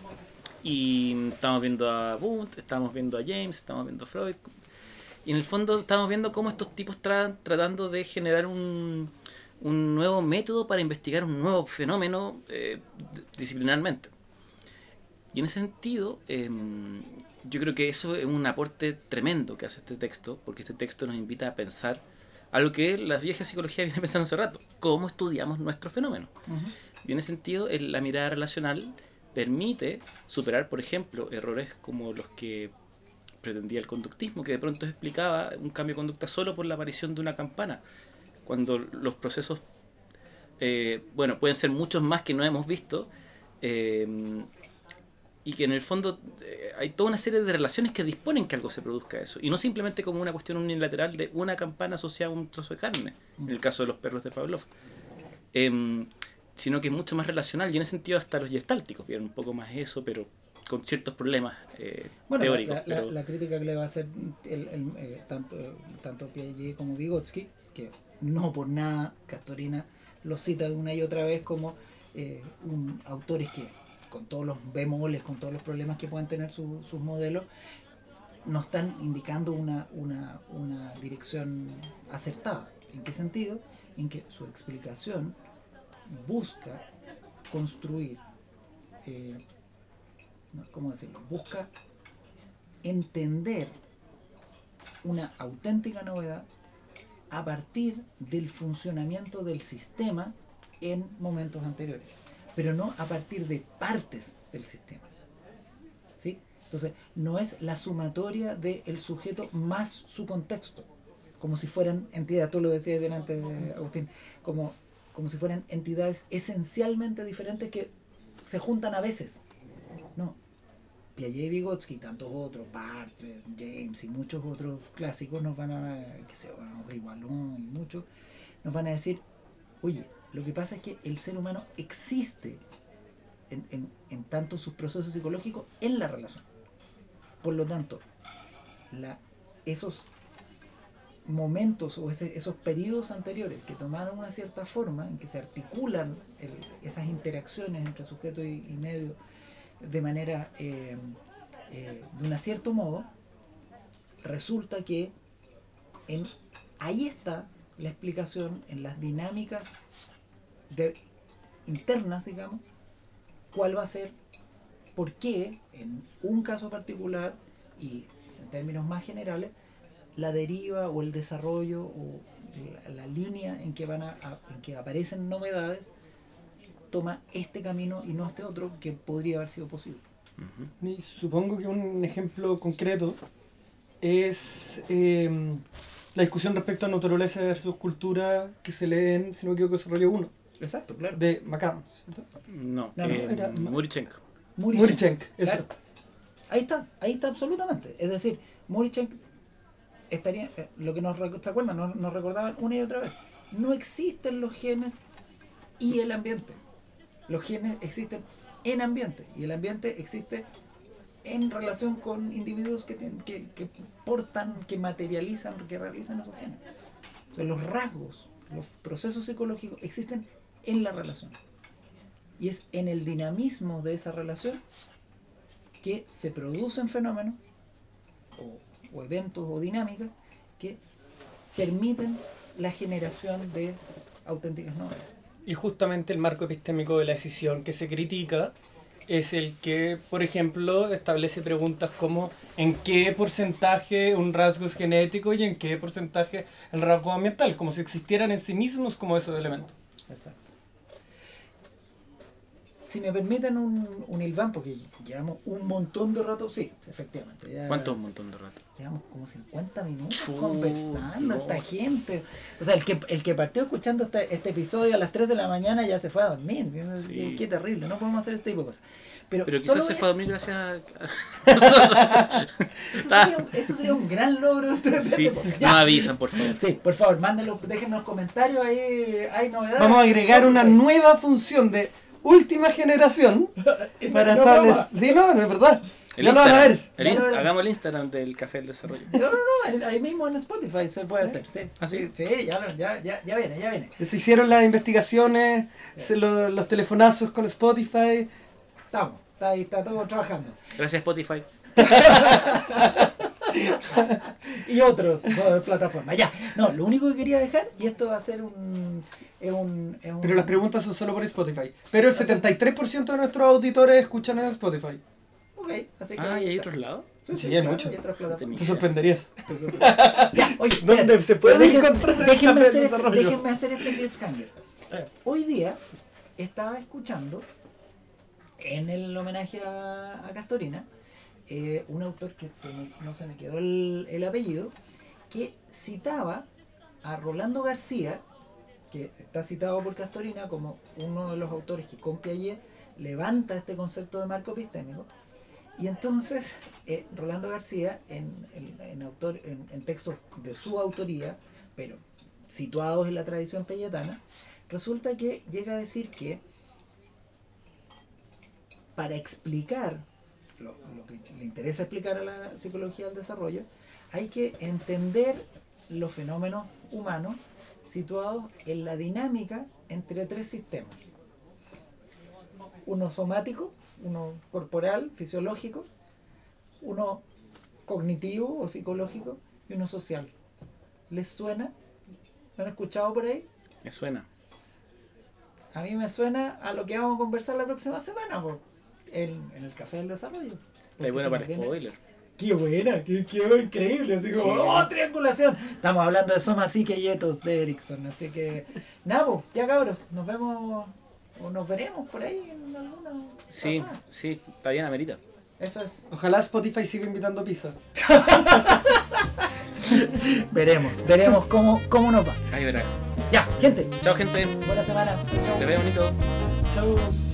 y estábamos viendo a Wundt, estábamos viendo a James, estábamos viendo a Freud. Y en el fondo estábamos viendo cómo estos tipos tra tratando de generar un, un nuevo método para investigar un nuevo fenómeno eh, disciplinarmente. Y en ese sentido, eh, yo creo que eso es un aporte tremendo que hace este texto, porque este texto nos invita a pensar algo que la vieja psicología viene pensando hace rato, cómo estudiamos nuestros fenómenos. Uh-huh. Y en ese sentido, la mirada relacional permite superar, por ejemplo, errores como los que pretendía el conductismo, que de pronto explicaba un cambio de conducta solo por la aparición de una campana, cuando los procesos, eh, bueno, pueden ser muchos más que no hemos visto, eh, y que en el fondo eh, hay toda una serie de relaciones que disponen que algo se produzca eso, y no simplemente como una cuestión unilateral de una campana asociada a un trozo de carne, en el caso de los perros de Pavlov, eh, sino que es mucho más relacional, y en ese sentido hasta los gestálticos vieron un poco más eso, pero con ciertos problemas eh, bueno, teóricos. La, la, pero... la, la crítica que le va a hacer el, el, eh, tanto, tanto Piaget como Vygotsky, que no por nada Castorina lo cita una y otra vez como eh, un, autores que con todos los bemoles, con todos los problemas que pueden tener su, sus modelos, nos están indicando una, una, una dirección acertada. ¿En qué sentido? En que su explicación busca construir, eh, ¿cómo decirlo? Busca entender una auténtica novedad a partir del funcionamiento del sistema en momentos anteriores, pero no a partir de partes del sistema, ¿sí? Entonces, no es la sumatoria del sujeto más su contexto, como si fueran entidades, tú lo decías delante, Agustín, como, como si fueran entidades esencialmente diferentes que se juntan a veces. No. Piaget y Vygotsky, tantos otros, Bartlett, James y muchos otros clásicos nos van a, que se van a Rivalón y muchos, nos van a decir, oye, lo que pasa es que el ser humano existe en, en, en tanto sus procesos psicológicos en la relación. Por lo tanto, la, esos momentos o ese, esos periodos anteriores que tomaron una cierta forma, en que se articulan el, esas interacciones entre sujeto y, y medio de manera, eh, eh, de un cierto modo, resulta que en, ahí está la explicación en las dinámicas de, internas, digamos, cuál va a ser, por qué, en un caso particular y en términos más generales, la deriva o el desarrollo o la, la línea en que, van a, a, en que aparecen novedades toma este camino y no este otro que podría haber sido posible. Uh-huh. Y supongo que un ejemplo concreto es eh, la discusión respecto a naturaleza versus cultura que se lee en, si no me equivoco, Desarrollo uno. Exacto, claro. De McAdams, ¿cierto? No, no, no eh, era Murichenko. Murichenko, eso. Claro. Ahí está, ahí está absolutamente. Es decir, Murichenko estaría, eh, lo que nos, ¿se acuerdan? Nos, nos recordaban una y otra vez. No existen los genes y el ambiente. Los genes existen en ambiente y el ambiente existe en relación con individuos que, ten, que, que portan, que materializan, que realizan esos genes. O sea, los rasgos, los procesos psicológicos existen en la relación. Y es en el dinamismo de esa relación que se producen fenómenos o, o eventos o dinámicas que permiten la generación de auténticas novedades. Y justamente el marco epistémico de la decisión que se critica es el que, por ejemplo, establece preguntas como en qué porcentaje un rasgo es genético y en qué porcentaje el rasgo ambiental, como si existieran en sí mismos como esos elementos. Exacto. Si me permiten un, un hilván, porque llevamos un montón de rato, sí, efectivamente. Ya ¿Cuánto un montón de rato? Llevamos como cincuenta minutos Chut, conversando, no. esta gente. O sea, el que, el que partió escuchando este, este episodio a las tres de la mañana ya se fue a dormir. Sí. Qué, qué terrible, no podemos hacer este tipo de cosas. Pero, Pero quizás solo se voy a- fue a dormir gracias a... eso, sería un, eso sería un gran logro de este Sí, podcast. no Ya. avisan, por favor. Sí, por favor, mándenlo, déjenos comentarios, ahí hay novedades. Vamos a agregar una nueva función de última generación para No, establecer... no, Sí, no, no es verdad. El Ya lo van a Instagram. ver. El Ya Insta- lo van a ver. Hagamos el Instagram del Café del Desarrollo. No, no, no, ahí- ahí mismo en Spotify se puede hacer. Sí, ¿Ah, sí? sí, sí, ya, lo- ya, ya, ya viene, ya viene. Se hicieron las investigaciones, se lo- los telefonazos con Spotify. Estamos, está ahí, está todo trabajando. Gracias Spotify. Y otros sobre plataformas. Ya, no, lo único que quería dejar, y esto va a ser un. Es un, es un Pero las preguntas son solo por Spotify. Pero el setenta y tres por ciento de nuestros auditores escuchan en Spotify. Ok, así que. Ah, ¿y hay otros lados? Sí, hay mucho. Hay otras plataformas. Te sorprenderías. Ya, oye, ¿Dónde espérate, se puede pero dejen- encontrar el déjenme, Café del hacer, Desarrollo? déjenme hacer este cliffhanger. Eh. Hoy día estaba escuchando en el homenaje a, a Castorina eh, un autor que se me- no se me quedó el, el apellido, que citaba a Rolando García, que está citado por Castorina como uno de los autores que con Piaget levanta este concepto de marco epistémico. Y entonces eh, Rolando García, en, en, en, autor, en, en textos de su autoría, pero situados en la tradición piagetana, resulta que llega a decir que para explicar lo, lo que le interesa explicar a la psicología del desarrollo, hay que entender los fenómenos humanos situados en la dinámica entre tres sistemas. Uno somático, uno corporal, fisiológico, uno cognitivo o psicológico y uno social. ¿Les suena? ¿Lo han escuchado por ahí? Me suena. A mí me suena a lo que vamos a conversar la próxima semana, po, en, en el Café del Desarrollo. Está bueno Se para nos viene- spoiler. Qué buena, qué, qué increíble, así como, Sí. ¡oh, triangulación! Estamos hablando de Soma Psique y Ethos de Erickson, así que, nada, po, ya cabros, nos vemos, o nos veremos por ahí en alguna Sí, pasada. sí, está bien, amerita. Eso es. Ojalá Spotify siga invitando pizza. Veremos, veremos cómo, cómo nos va. Ahí verá. Ya, gente. Chao, gente. Buena semana. Chao. Te veo bonito. Chao.